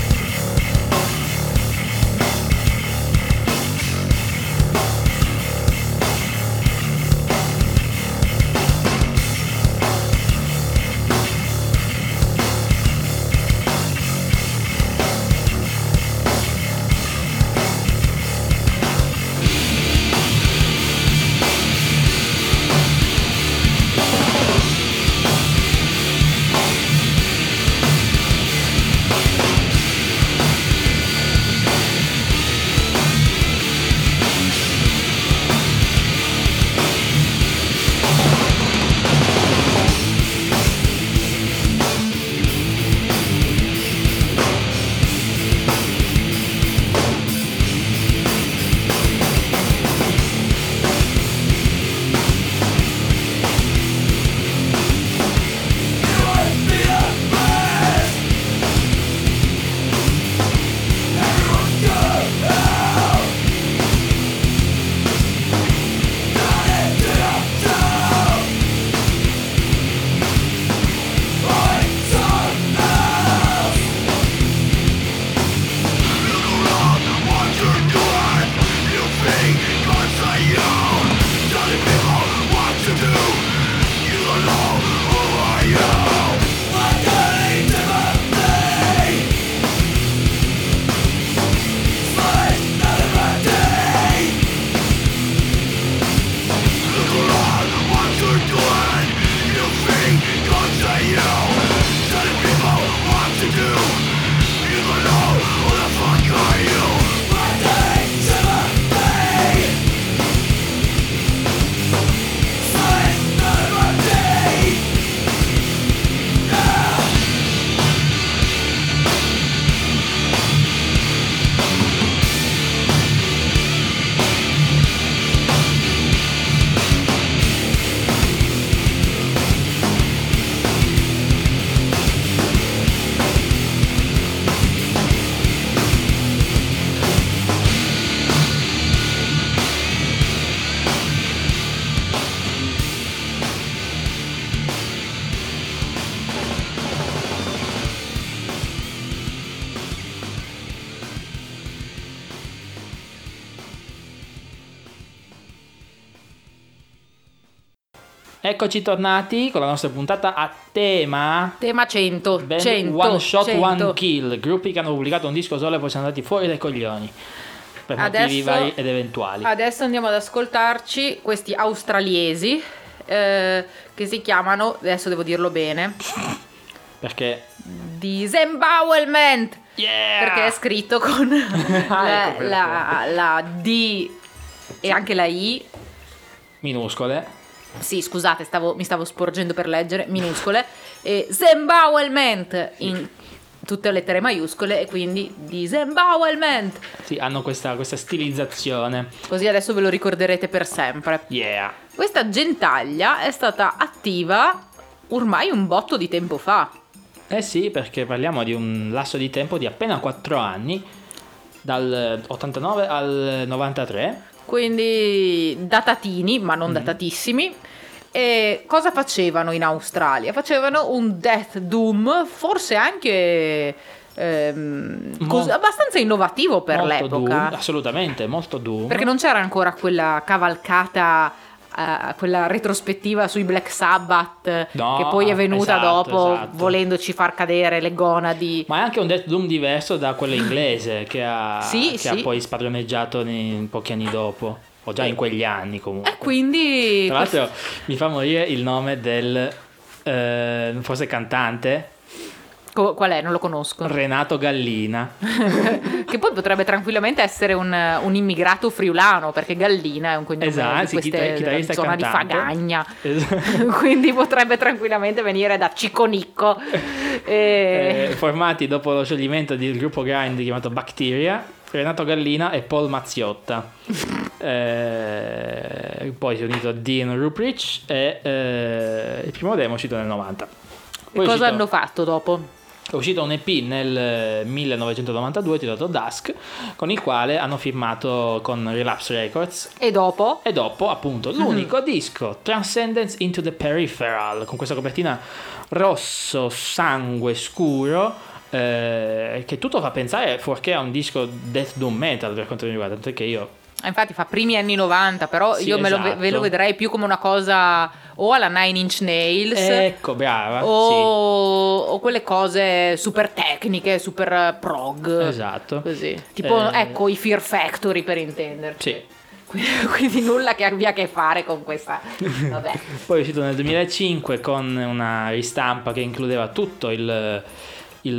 Eccoci tornati con la nostra puntata a tema Tema cento. band cento One Shot cento. One Kill, gruppi che hanno pubblicato un disco solo e poi sono andati fuori dai coglioni per motivi Adesso- vari ed eventuali. Adesso andiamo ad ascoltarci questi australiesi eh, che si chiamano, adesso devo dirlo bene, Perché Disembowelment, yeah! perché è scritto con la, Ecco perché. la- la D e anche la I. minuscole. Sì, scusate, stavo- mi stavo sporgendo per leggere, minuscole, e Disembowelment in tutte le lettere maiuscole, e quindi Disembowelment. Sì, hanno questa, questa stilizzazione. Così adesso ve lo ricorderete per sempre. Yeah. Questa gentaglia è stata attiva ormai un botto di tempo fa. Eh sì, perché parliamo di un lasso di tempo di appena quattro anni, dal ottantanove al novantatré. Quindi datatini, ma non datatissimi. E cosa facevano in Australia? Facevano un death doom, forse anche ehm, Mo- cos- abbastanza innovativo per Molto l'epoca. Doom, assolutamente, molto Doom. Perché non c'era ancora quella cavalcata, eh, quella retrospettiva sui Black Sabbath, No, che poi è venuta esatto, dopo, esatto. volendoci far cadere le gonadi. Ma è anche un Death Doom diverso da quello inglese che ha, Sì, che sì. ha poi spadroneggiato nei, pochi anni dopo, o già in quegli anni comunque. E quindi Tra l'altro mi fa morire il nome del eh, forse cantante Co- qual è? Non lo conosco. Renato Gallina. Che poi potrebbe tranquillamente essere un, un immigrato friulano, perché Gallina è un cognome Esatto, di sì, queste chitar- chitarrista e zona di cantante. Fagagna. Esatto. Quindi potrebbe tranquillamente venire da Ciconicco. E... Eh, formati dopo lo scioglimento del gruppo grind chiamato Bacteria, Renato Gallina e Paul Mazziotta. Eh, poi si è unito Dean Ruprich e eh, il primo demo è uscito nel novanta. e Poi è cosa uscito- hanno fatto dopo? è uscito un E P nel millenovecentonovantadue titolato Dusk, con il quale hanno firmato con Relapse Records. E dopo? E dopo, appunto, l'unico mm-hmm. disco, Transcendence into the Peripheral, con questa copertina rosso sangue scuro, eh, che tutto fa pensare fuorché a un disco death doom metal per quanto mi riguarda, tanto che io... Infatti fa primi anni novanta, però sì, io me lo, esatto. ve lo vedrei più come una cosa o alla Nine Inch Nails, ecco, brava, o, sì. o quelle cose super tecniche, super prog, esatto, così. Tipo, eh... ecco, i Fear Factory, per intenderci. Sì. Quindi, quindi nulla che abbia a che fare con questa, vabbè. Poi è uscito nel duemilacinque con una ristampa che includeva tutto il il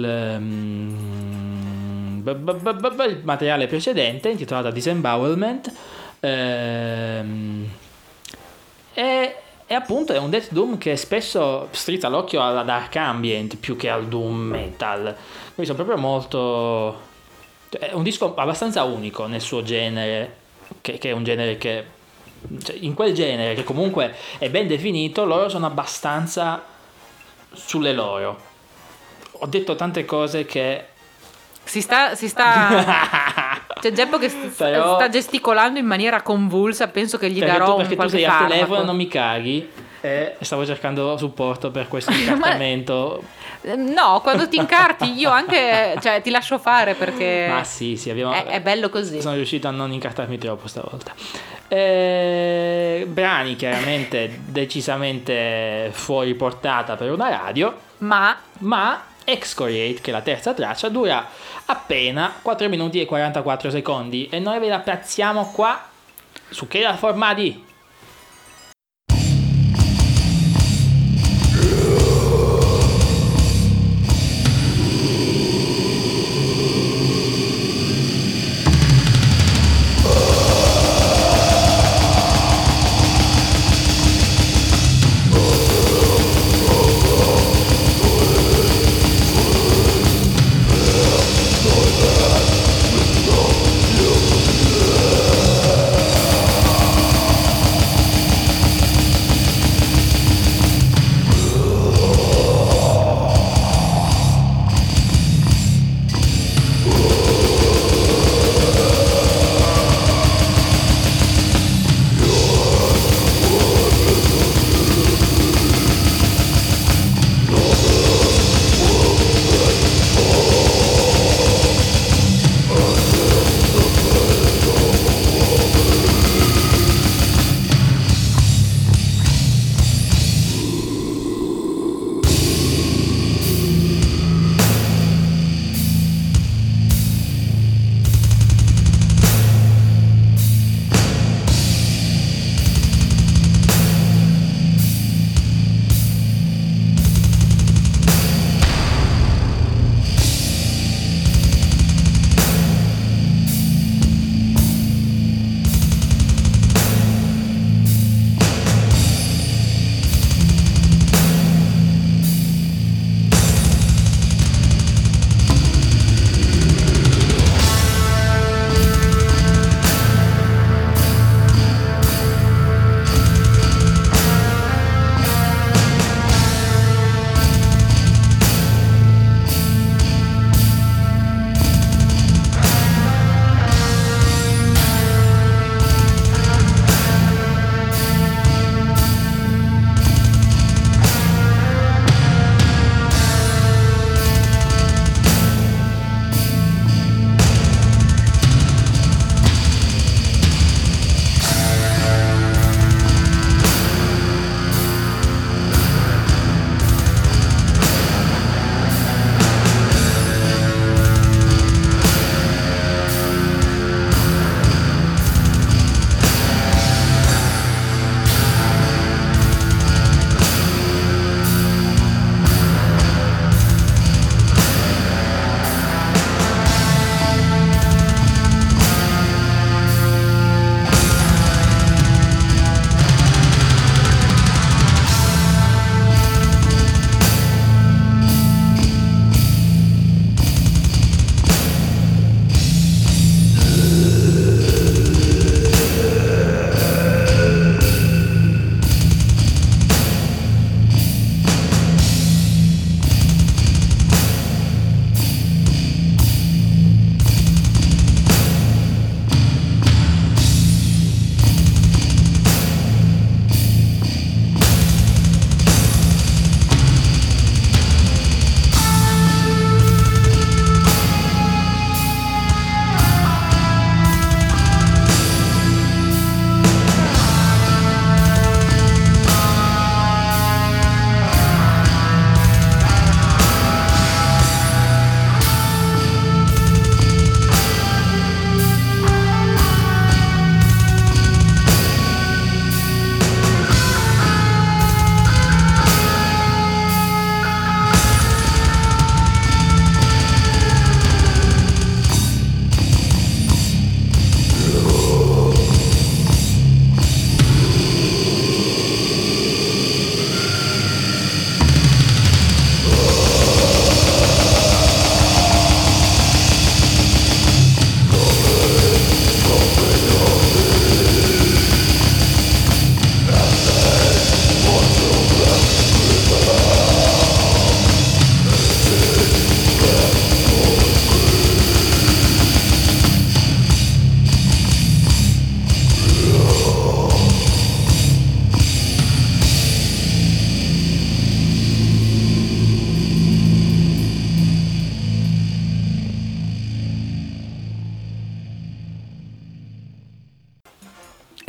um, b- b- b- b- il materiale precedente, intitolata Disembowelment, ehm, e, e appunto è un death doom che spesso strizza l'occhio alla dark ambient più che al doom metal, quindi sono proprio molto, è un disco abbastanza unico nel suo genere, che, che è un genere che, cioè, in quel genere che comunque è ben definito, loro sono abbastanza sulle loro. Ho detto tante cose che si sta si sta c'è Geppo che st- Però... sta gesticolando in maniera convulsa, penso che gli perché darò tu, perché un qualche tu sei al farmaco. telefono, non mi caghi, e stavo cercando supporto per questo incartamento. No, quando ti incarti io anche, cioè ti lascio fare, perché ma sì sì abbiamo... è, è bello così. Sono riuscito a non incartarmi troppo stavolta. E... brani chiaramente decisamente fuori portata per una radio, ma ma Excoriate, che è la terza traccia, dura appena quattro minuti e quarantaquattro secondi e noi ve la piazziamo qua su Che la forma di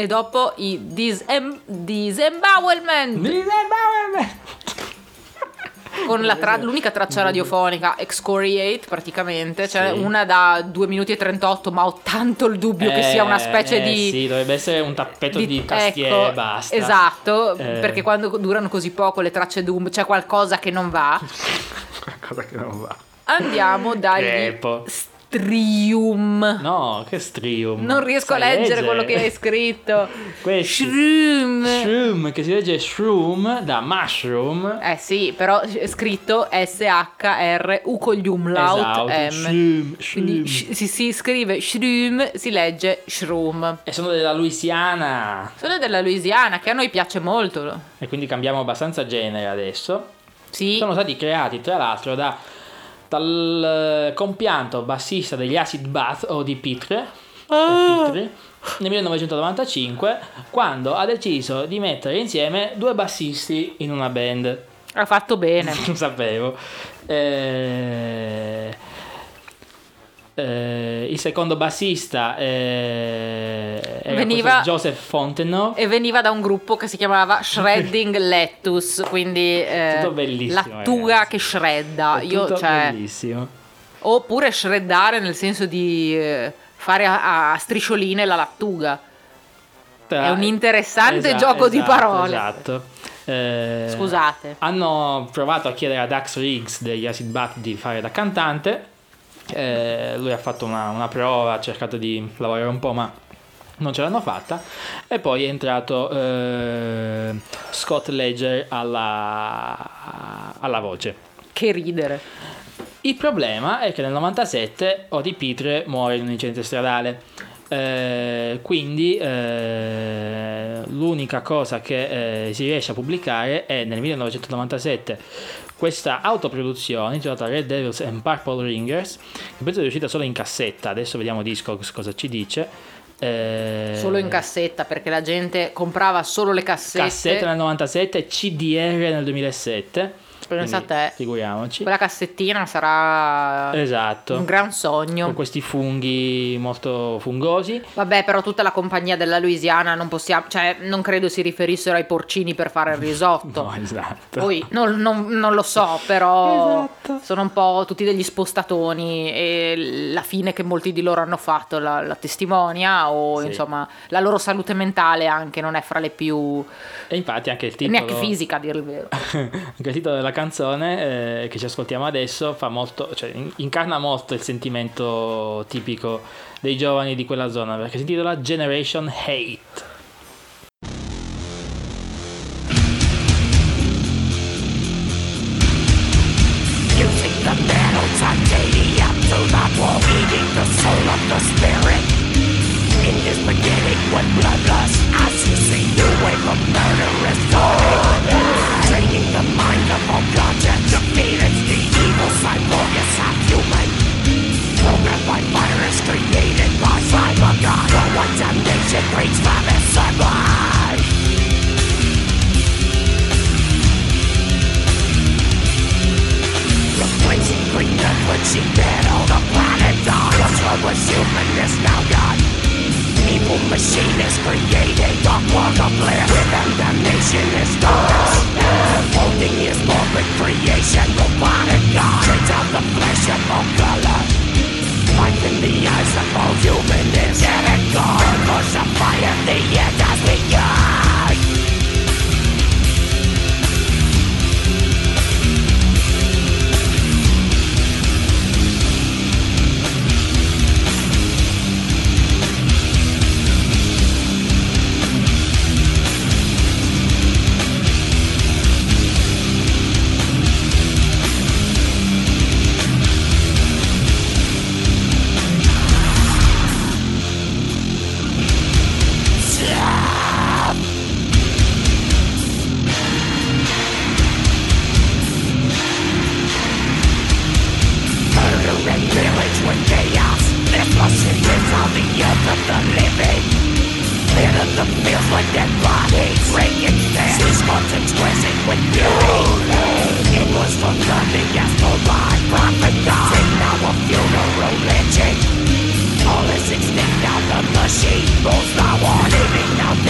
E dopo i disem- disembowelment con la tra- l'unica traccia radiofonica, Excoriate praticamente, cioè Sì. una da due minuti e trentotto, ma ho tanto il dubbio che Eh, sia una specie eh, di... sì, dovrebbe essere un tappeto di, tastiere ecco, e basta. esatto, Eh. perché quando durano così poco le tracce Doom c'è qualcosa che non va. Qualcosa che non va. Andiamo dagli Crepo. Strium. No, che strium. Non riesco a Sai leggere quello che hai scritto. Questi. Shroom. Shroom, che si legge shroom da mushroom. Eh sì, però è scritto S H R U con gli umlaut Esatto, M. shroom, Quindi shroom. sh- si, si scrive shroom, si legge shroom. E sono della Louisiana. Sono della Louisiana, che a noi piace molto. E quindi cambiamo abbastanza genere adesso. Sì. Sono stati creati tra l'altro da, dal compianto bassista degli Acid Bath o di Pitre, Ah. Pitre nel millenovecentonovantacinque, quando ha deciso di mettere insieme due bassisti in una band. Ha fatto bene. Non sapevo. Eh, eh, il secondo bassista eh, era Veniva- questo Joseph Fontenot. E veniva da un gruppo che si chiamava Shredding Lettuce, quindi eh, Tutto bellissimo, lattuga ragazzi. che shredda. È Io, tutto cioè, bellissimo. oppure shreddare nel senso di eh, fare a, a striscioline la lattuga. Tra- È un interessante Esa- gioco di esatto, parole. Esatto. Eh, Scusate. Hanno provato a chiedere a Dax Riggs degli Acid Bath di fare da cantante. Eh, lui ha fatto una, una prova, ha cercato di lavorare un po', ma non ce l'hanno fatta. E poi è entrato eh, Scott Ledger alla, alla voce. Che ridere. Il problema è che nel novantasette Odi Pitre muore in un incidente stradale. Eh, quindi eh, l'unica cosa che eh, si riesce a pubblicare è nel millenovecentonovantasette questa autoproduzione intitolata Red Devils and Purple Ringers, che penso è uscita solo in cassetta. Adesso vediamo Discogs cosa ci dice. Eh, Solo in cassetta, perché la gente comprava solo le cassette. cassetta nel novantasette, C D R nel duemilasette. Pensa a Quindi te. figuriamoci. Quella cassettina sarà Esatto. un gran sogno. Con questi funghi molto fungosi. Vabbè, però tutta la compagnia della Louisiana non possiamo, cioè non credo si riferissero ai porcini per fare il risotto. No, esatto. Poi non, non- non lo so, però Esatto. sono un po' tutti degli spostatoni e la fine che molti di loro hanno fatto la, la testimonia, o Sì. insomma la loro salute mentale anche non è fra le più, E infatti anche il e titolo, neanche fisica a dire il vero. anche il titolo della canzone eh, che ci ascoltiamo adesso fa molto, cioè in- incarna molto il sentimento tipico dei giovani di quella zona, perché si intitola Generation Hate. Using the metal titanium to the wall, eating the soul of the spirit. In his beginning, when bloodlust, as you see, new wave of murderous thought. Training the mind of all conscience, defeated the evil cyborg is half human. Programmed by virus, created by cyber god. For one damnation breeds famicide. Replacing green and twitching metal, the planet dies. The flow was human is now gone. Evil machine is created, the world of bliss. Within the nation is darkness. Holding his morbid creation, robotic god. Trades out the flesh of all color. Life in the eyes of all human is getting gone. Cause the fire, the end has begun. Murder and pillage with chaos. This machine lives on the earth of the living. Clear of the fields with dead bodies. Breaking them. His heart's exquisite with beauty. It was from nothing as told by prophet God. And now a funeral lynching. All is extinct now, the machine rules now on. Living now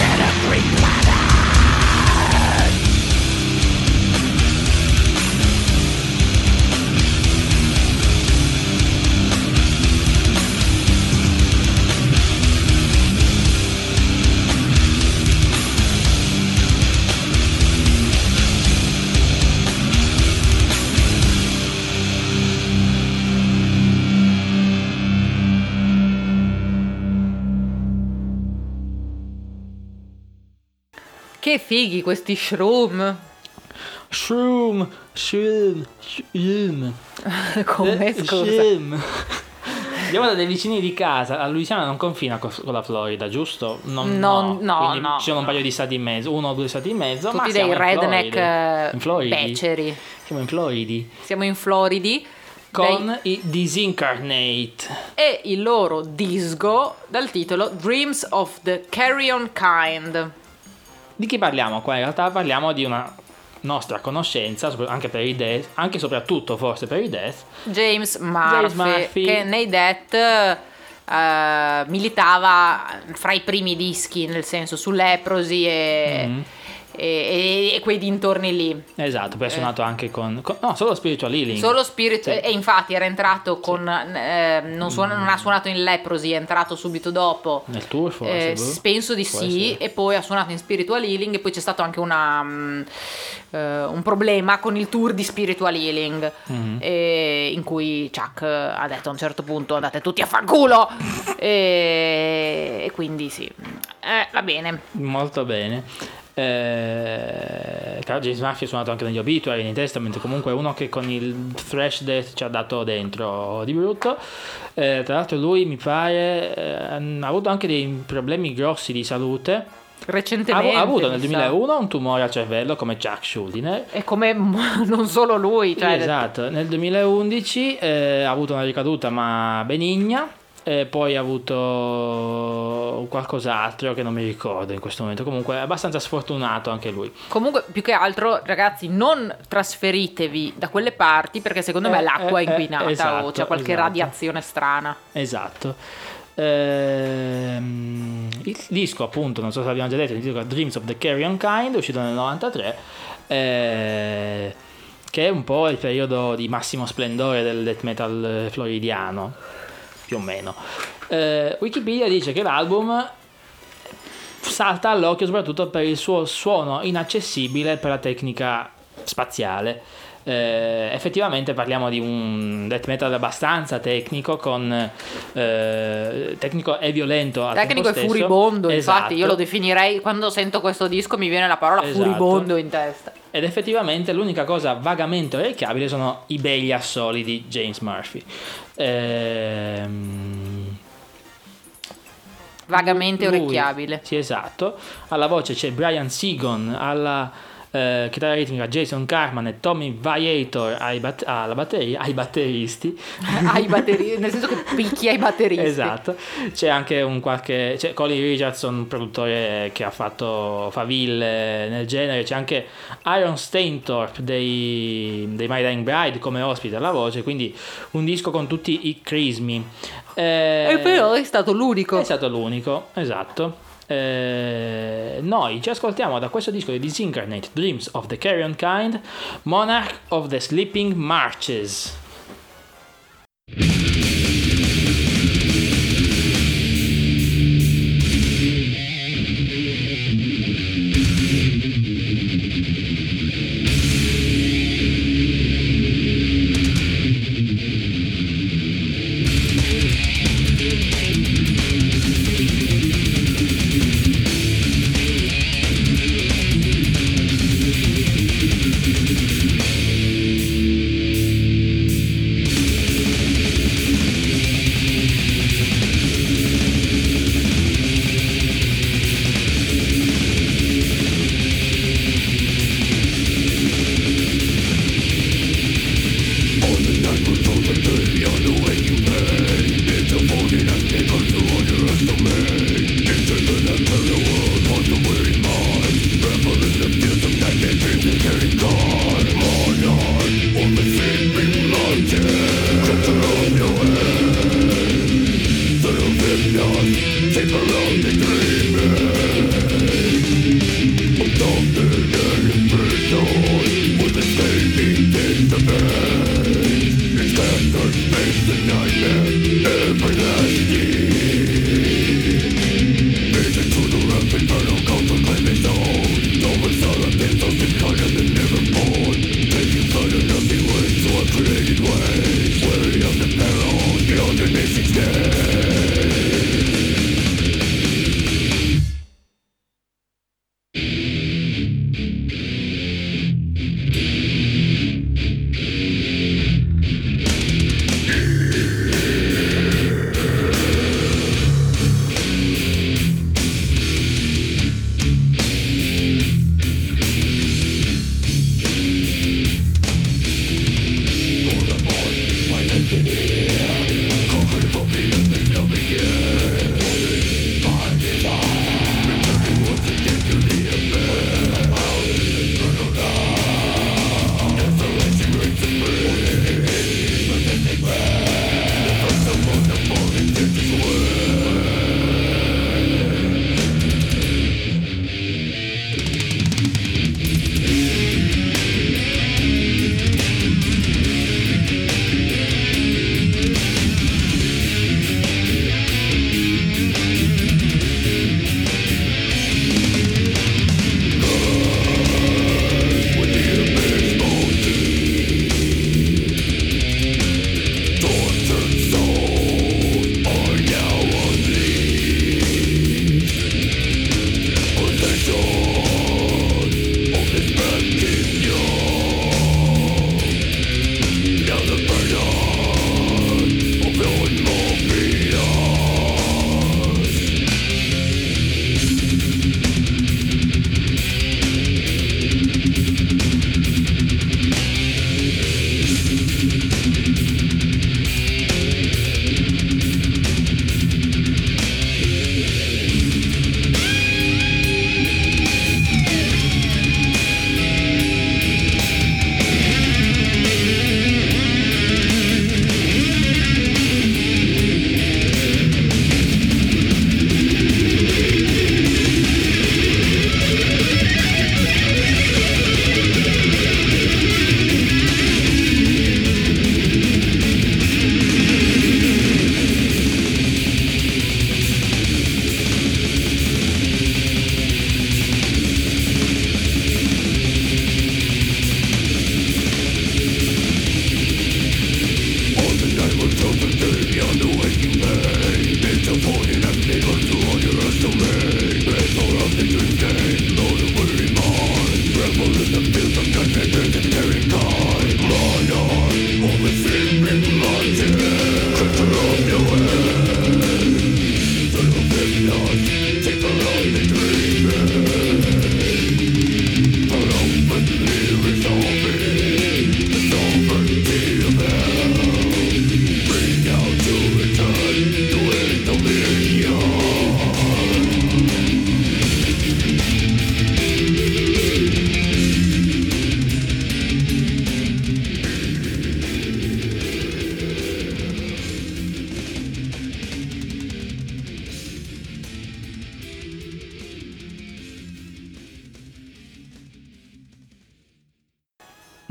Che fighi questi shroom. Shroom, shroom, shroom. Come, Eh, scusa? shroom. Andiamo da dei vicini di casa. La Louisiana non confina co- con la Florida, giusto? Non, Non- no, Quindi no, ci sono un no. paio di stati in mezzo, uno o due stati in mezzo. ma Tutti siamo dei in redneck Florida. eh, In Floridi. beceri. Siamo in Floridi. Siamo in Floridi. Con i Disincarnate. E il loro disco dal titolo Dreams of the Carrion Kind. Di chi parliamo qua? In realtà parliamo di una nostra conoscenza, sopra- anche per i Death, anche e soprattutto forse per i Death. James Murphy, James Murphy. che nei Death eh, militava fra i primi dischi, nel senso su Leprosy e, Mhm. e, e quei dintorni lì. Esatto, poi ha suonato anche con, con- no, solo Spiritual Healing. Eh. Solo Spirit, Sì. e infatti era entrato con eh, non, suona- non ha suonato in Leprosy, è entrato subito dopo. Nel tour forse, Eh, boh. penso di Può sì, essere. e poi ha suonato in Spiritual Healing e poi c'è stato anche una, mm, eh, un problema con il tour di Spiritual Healing, Mhm. eh, in cui Chuck ha detto a un certo punto andate tutti a fanculo e, e quindi sì, eh, va bene. Molto bene. Eh, tra l'altro James Murphy ha suonato anche negli Obituary, nei Testament, comunque uno che con il thrash death ci ha dato dentro di brutto. Eh, tra l'altro lui mi pare eh, ha avuto anche dei problemi grossi di salute. Ha, Recentemente ha avuto nel mi sa. duemilauno un tumore al cervello come Chuck Schuldiner. E come non solo lui, cioè, Esatto, nel duemilaundici eh, ha avuto una ricaduta ma benigna. E poi ha avuto qualcos'altro che non mi ricordo in questo momento. Comunque è abbastanza sfortunato anche lui. Comunque, più che altro, ragazzi, non trasferitevi da quelle parti perché secondo me Eh, l'acqua eh, è inquinata eh, esatto, o c'è qualche esatto. radiazione strana. Esatto. Ehm, il disco, appunto, non so se l'abbiamo già detto, il disco Dreams of the Carrion Kind, uscito nel novantatré, eh, che è un po' il periodo di massimo splendore del death metal floridiano, più o meno. Eh, Wikipedia dice che l'album salta all'occhio soprattutto per il suo suono inaccessibile per la tecnica spaziale. Eh, effettivamente parliamo di un death metal abbastanza tecnico, con eh, tecnico e violento al Tecnico e tempo stesso. furibondo, infatti, Esatto. io lo definirei, quando sento questo disco mi viene la parola Esatto. furibondo in testa. Ed effettivamente l'unica cosa vagamente orecchiabile sono i begli assoli di James Murphy. Ehm... Vagamente Lui- orecchiabile. Sì, esatto. Alla voce c'è Brian Seagon, alla eh, chitarra ritmica Jason Carman e Tommy Viator ai bat- alla batteria, ai batteristi. Ai batteri- nel senso che picchi ai batteristi. Esatto. C'è anche un qualche, c'è Colin Richardson, un produttore che ha fatto faville nel genere. C'è anche Aaron Stainthorpe dei, dei My Dying Bride come ospite alla voce, quindi un disco con tutti i crismi. Eh, E però è stato l'unico. è stato l'unico, esatto. Eh, noi ci ascoltiamo da questo disco di Disincarnate, Dreams of the Carrion Kind, Monarch of the Sleeping Marches.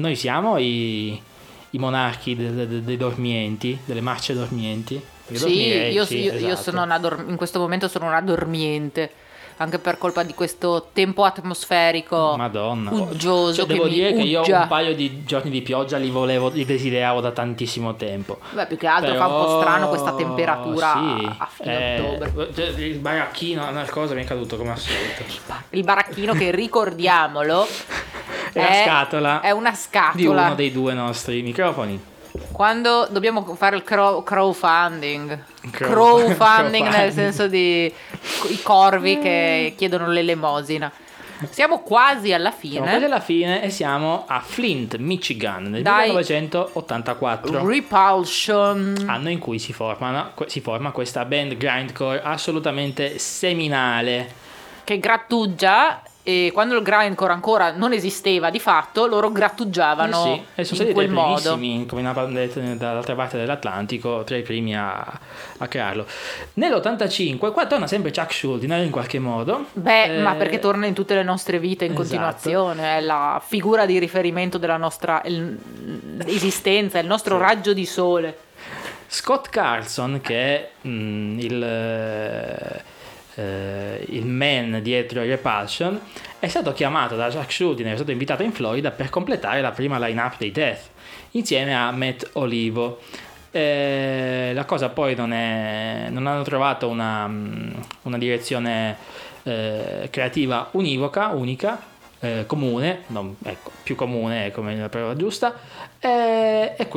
noi siamo i, i monarchi de, de, dei dormienti, delle marce dormienti. Perché Sì, dormirei, io, sì, io- io esatto. sono una dor- in questo momento sono una dormiente, anche per colpa di questo tempo atmosferico Madonna. uggioso Cioè, che devo mi dire che io uggia. un paio di giorni di pioggia li volevo, li desideravo da tantissimo tempo. Beh, più che altro Però, fa un po' strano questa temperatura sì, a fine eh, ottobre. cioè, il baracchino, una cosa mi è caduto come al solito. Il baracchino che, ricordiamolo, È la scatola è una di scatola. uno dei due nostri microfoni. Quando dobbiamo fare il crow- crowdfunding, Crow- crowdfunding crowdfunding. nel senso di i corvi che chiedono l'elemosina. Siamo quasi alla Siamo quasi fine. alla fine e siamo a Flint, Michigan, nel Dai. millenovecentottantaquattro. Repulsion. Anno in cui si, formano- si forma questa band grindcore assolutamente seminale. Che grattugia, e quando il grindcore ancora non esisteva di fatto, loro grattugiavano Eh sì, e sono in stati quel dei modo. primissimi, come una band dall'altra parte dell'Atlantico, tra i primi a, a crearlo. Nell'ottantacinque, qua torna sempre Chuck Schuldiner in qualche modo. Beh, Eh, ma perché torna in tutte le nostre vite in esatto. continuazione, è la figura di riferimento della nostra el- esistenza, è il nostro raggio di sole. Scott Carlson, che è mm, il, eh, eh, il man dietro Repulsion, è stato chiamato da Chuck Schuldiner, è stato invitato in Florida per completare la prima line-up dei Death, insieme a Matt Olivo. Eh, la cosa poi non è, non hanno trovato una, mm, una direzione eh, creativa univoca, unica, eh, comune, non- ecco, più comune è come la parola giusta, eh, e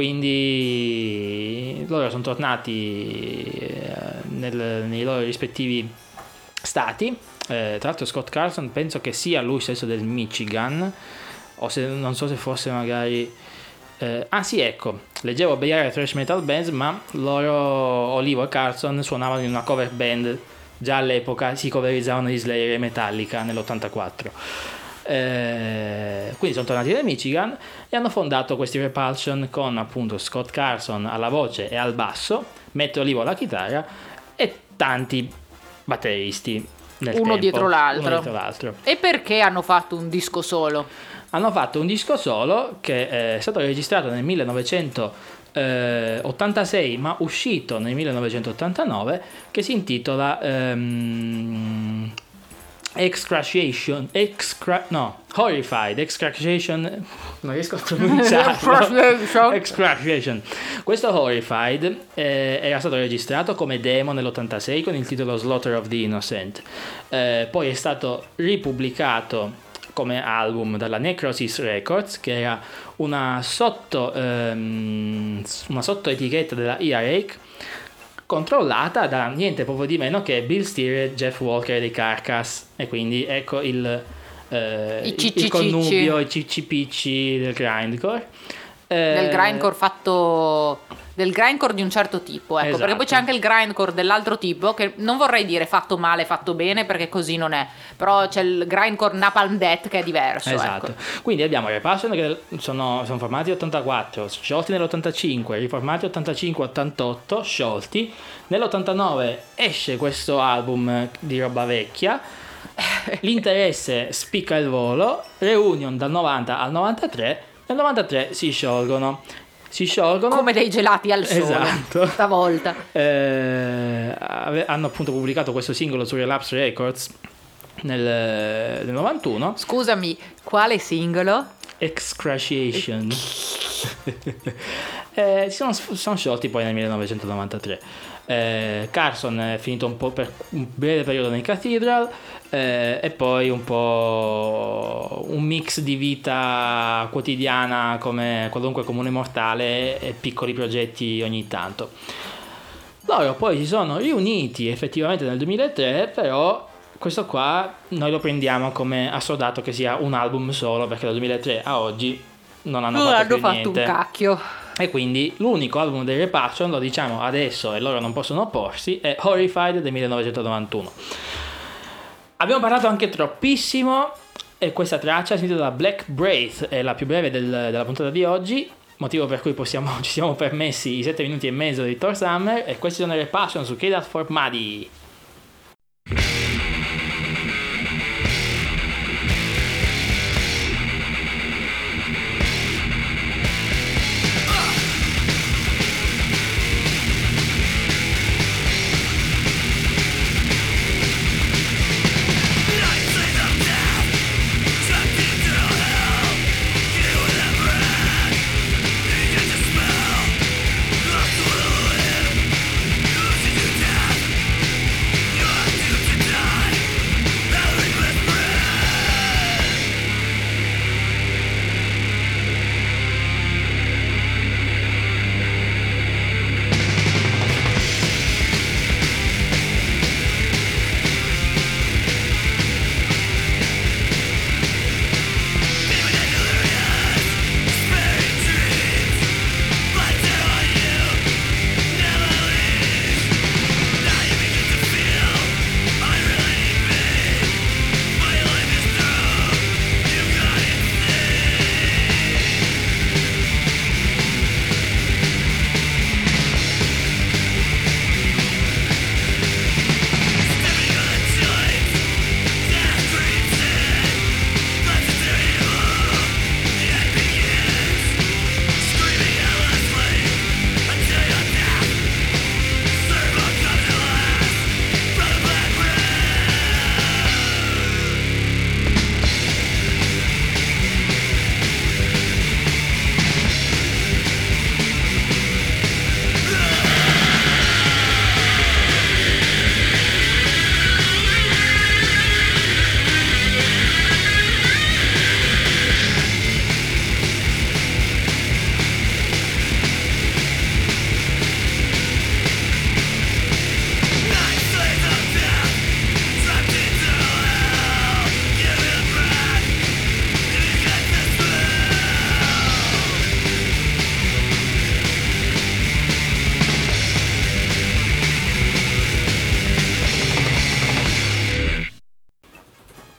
quindi loro sono tornati eh, nel- nei loro rispettivi stati. Eh, tra l'altro Scott Carlson penso che sia lui stesso del Michigan, o se non so se fosse magari eh, ah sì, ecco, leggevo Bay Area Thrash Metal Bands, ma loro, Olivo e Carlson, suonavano in una cover band. Già all'epoca si coverizzavano gli Slayer e Metallica nell'ottantaquattro. Eh, quindi sono tornati nel Michigan e hanno fondato questi Repulsion con appunto Scott Carlson alla voce e al basso, Matt Olivo alla chitarra e tanti batteristi nel Uno tempo, dietro l'altro. uno dietro l'altro. E perché hanno fatto un disco solo? Hanno fatto un disco solo che è stato registrato nel millenovecentottantasei ma uscito nel millenovecentottantanove, che si intitola ehm, Excruciation, excra- no, Horrified, Excruciation, non riesco a pronunciarlo. Excruciation. Questo Horrified eh, era stato registrato come demo nell'ottantasei con il titolo Slaughter of the Innocent, eh, poi è stato ripubblicato come album dalla Necrosis Records, che era una sotto ehm, una sottoetichetta della Earache, controllata da niente proprio di meno che Bill Steer e Jeff Walker dei Carcass, e quindi ecco il, eh, I il, cicci il connubio, cicci. i cicci del grindcore. Eh, Del grindcore fatto del grindcore di un certo tipo, ecco, Esatto. perché poi c'è anche il grindcore dell'altro tipo, che non vorrei dire fatto male, fatto bene, perché così non è, però c'è il grindcore Napalm Death che è diverso, Esatto, ecco. quindi abbiamo Repulsion che sono, sono formati nell'ottantaquattro, sciolti nell'ottantacinque, riformati ottantacinque ottantotto, sciolti. Nell'ottantanove esce questo album di roba vecchia, l'interesse spicca il volo, reunion dal novanta al novantatré, nel novantatré si sciolgono. Si sciolgono Come dei gelati al sole, Esatto. stavolta. Eh, ave- hanno appunto pubblicato questo singolo su Relapse Records nel, nel novantuno, Scusami, quale singolo? Excruciation. eh, si sono, sono sciolti poi nel millenovecentonovantatré. Eh, Carson è finito un po' per un breve periodo nei Cathedral, eh, e poi un po' un mix di vita quotidiana come qualunque comune mortale e piccoli progetti ogni tanto. Loro poi si sono riuniti effettivamente nel duemilatré, però questo qua noi lo prendiamo come assodato che sia un album solo, perché dal duemilatré a oggi non hanno Non fatto hanno più fatto niente. un cacchio. E quindi l'unico album dei Repulsion, lo diciamo adesso e loro non possono opporsi, è Horrified del millenovecentonovantuno. Abbiamo parlato anche troppissimo e questa traccia si intitola Black Breath, è la più breve del- della puntata di oggi, motivo per cui possiamo, ci siamo permessi i sette minuti e mezzo di Thor Summer, e questi sono i Repulsion su K-Dot for Muddy.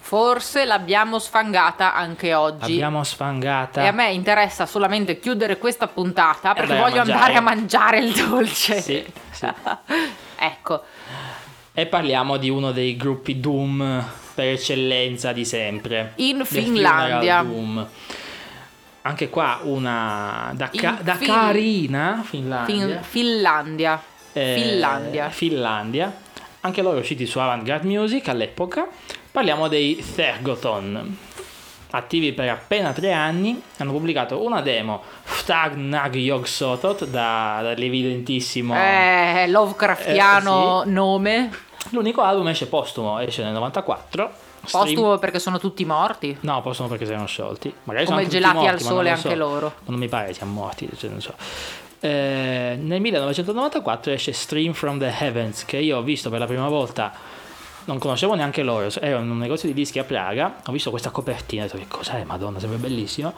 Forse l'abbiamo sfangata anche oggi. Abbiamo sfangata. E a me interessa solamente chiudere questa puntata perché andare a voglio mangiare. andare a mangiare il dolce. Sì, sì. Ecco. E parliamo di uno dei gruppi Doom per eccellenza di sempre. In The Finlandia. Funeral Doom. Anche qua una da, ca- In da Fin- carina Finlandia. Fin- Finlandia. Eh, Finlandia. Finlandia. Anche loro usciti su Avantgarde Music all'epoca. Parliamo dei Thergothon. Attivi per appena tre anni, hanno pubblicato una demo, Ftag Nag Yog Sothoth, da, dall'evidentissimo. Eh, Lovecraftiano Eh, sì. nome. L'unico album esce postumo, esce nel novantaquattro. Stream- Postumo perché sono tutti morti. No, postumo perché si erano sciolti. Magari Come sono anche gelati tutti al morti, ma non sole lo anche so. loro. Non mi pare siano morti, cioè non so. Eh, nel millenovecentonovantaquattro esce Stream from the Heavens, che io ho visto per la prima volta, non conoscevo neanche loro, ero in un negozio di dischi a Praga, ho visto questa copertina, ho detto che cos'è, madonna, sembra bellissimo.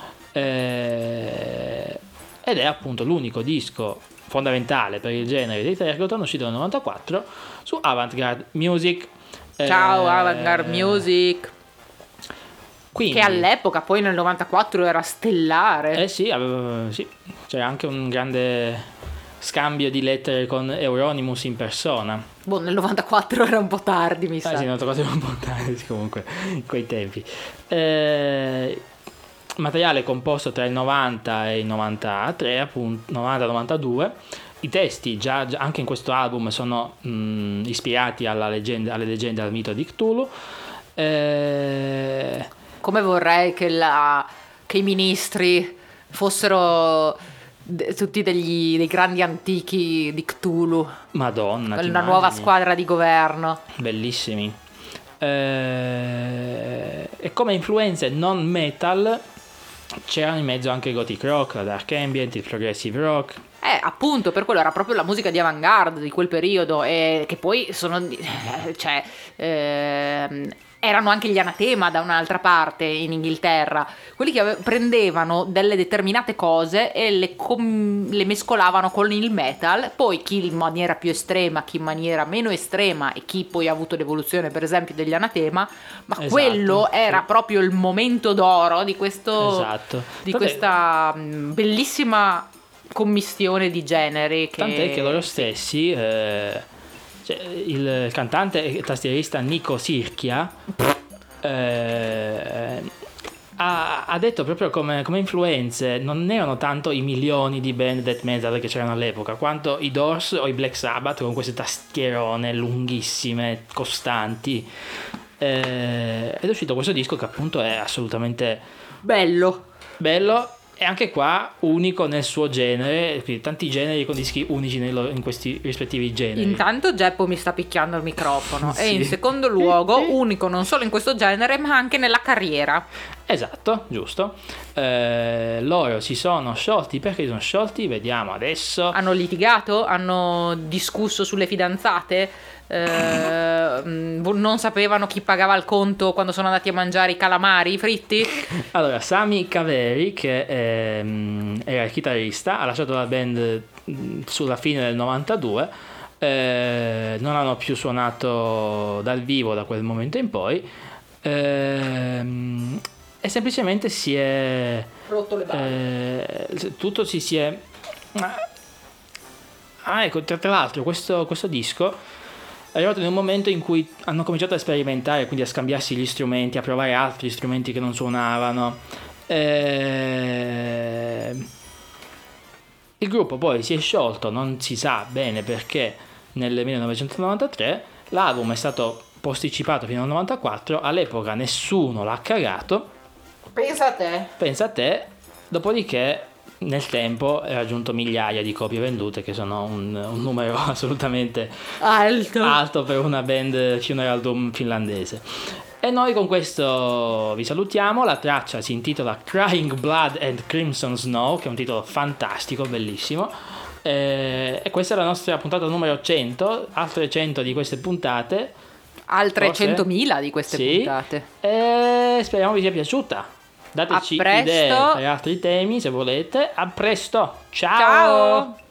Eh, ed è appunto l'unico disco fondamentale per il genere dei Thergothon, uscito nel novantaquattro su Avantgarde Music. Ciao Eh, Avantgarde Music. quindi, Che all'epoca poi nel novantaquattro era stellare. Eh sì, aveva- sì, c'era anche un grande scambio di lettere con Euronymous in persona. Boh, nel novantaquattro era un po' tardi, mi sa. Ah, sì, non cose un po' tardi comunque in quei tempi. Eh, materiale composto tra il novanta e il novantatré, appunto, novanta novantadue. I testi già, già anche in questo album sono mh, ispirati alla leggenda, alle leggende al mito di Cthulhu. Eh, Come vorrei che, la, che i ministri fossero de- tutti degli, dei grandi antichi di Cthulhu. Madonna, ti Una nuova immagini? squadra di governo. Bellissimi. Eh, e come influenze non metal c'erano in mezzo anche il gothic rock, la dark ambient, il progressive rock. Eh, appunto, per quello era proprio la musica di avant-garde di quel periodo, e che poi sono, eh, cioè, ehm, erano anche gli Anatema da un'altra parte in Inghilterra, quelli che ave- prendevano delle determinate cose e le, com- le mescolavano con il metal, poi chi in maniera più estrema, chi in maniera meno estrema, e chi poi ha avuto l'evoluzione per esempio degli Anatema, ma Esatto, quello era sì. proprio il momento d'oro di questo, Esatto. di Tant'è- questa mh, bellissima commistione di generi che... Tant'è che loro stessi, eh, cioè, il cantante e tastierista Nico Sirchia eh, ha, ha detto proprio come, come influenze non erano tanto i milioni di band death metal che c'erano all'epoca, quanto i Doors o i Black Sabbath con queste tastierone lunghissime, costanti. Eh, ed è uscito questo disco che appunto è assolutamente bello. bello. E anche qua unico nel suo genere, quindi tanti generi con dischi unici nei loro- in questi rispettivi generi. Intanto Geppo mi sta picchiando il microfono. Sì. E in secondo luogo unico non solo in questo genere ma anche nella carriera. Esatto, giusto. Eh, loro si sono sciolti, perché si sono sciolti? Vediamo adesso. Hanno litigato? Hanno discusso sulle fidanzate? Eh, mh, non sapevano chi pagava il conto quando sono andati a mangiare i calamari fritti? Allora, Sami Kaveri, che ehm, era il chitarrista, ha lasciato la band mh, sulla fine del novantadue. Eh, non hanno più suonato dal vivo da quel momento in poi. Ehm, e semplicemente si è Rotto le balle. eh, tutto si si è ah ecco, tra, tra l'altro questo, questo disco è arrivato in un momento in cui hanno cominciato a sperimentare, quindi a scambiarsi gli strumenti, a provare altri strumenti che non suonavano. Eh, il gruppo poi si è sciolto, non si sa bene perché, nel millenovecentonovantatré. L'album è stato posticipato fino al novantaquattro, all'epoca nessuno l'ha cagato, Pensa a te. pensa a te, dopodiché nel tempo è raggiunto migliaia di copie vendute, che sono un, un numero assolutamente Alto. alto per una band Funeral Doom finlandese. E noi con questo vi salutiamo. La traccia si intitola Crying Blood and Crimson Snow, che è un titolo fantastico, bellissimo. E, e questa è la nostra puntata numero cento, altre cento di queste puntate. Altre Forse? centomila di queste Sì. puntate. E speriamo vi sia piaciuta. Dateci A presto. idee per altri temi se volete. A presto. Ciao. Ciao.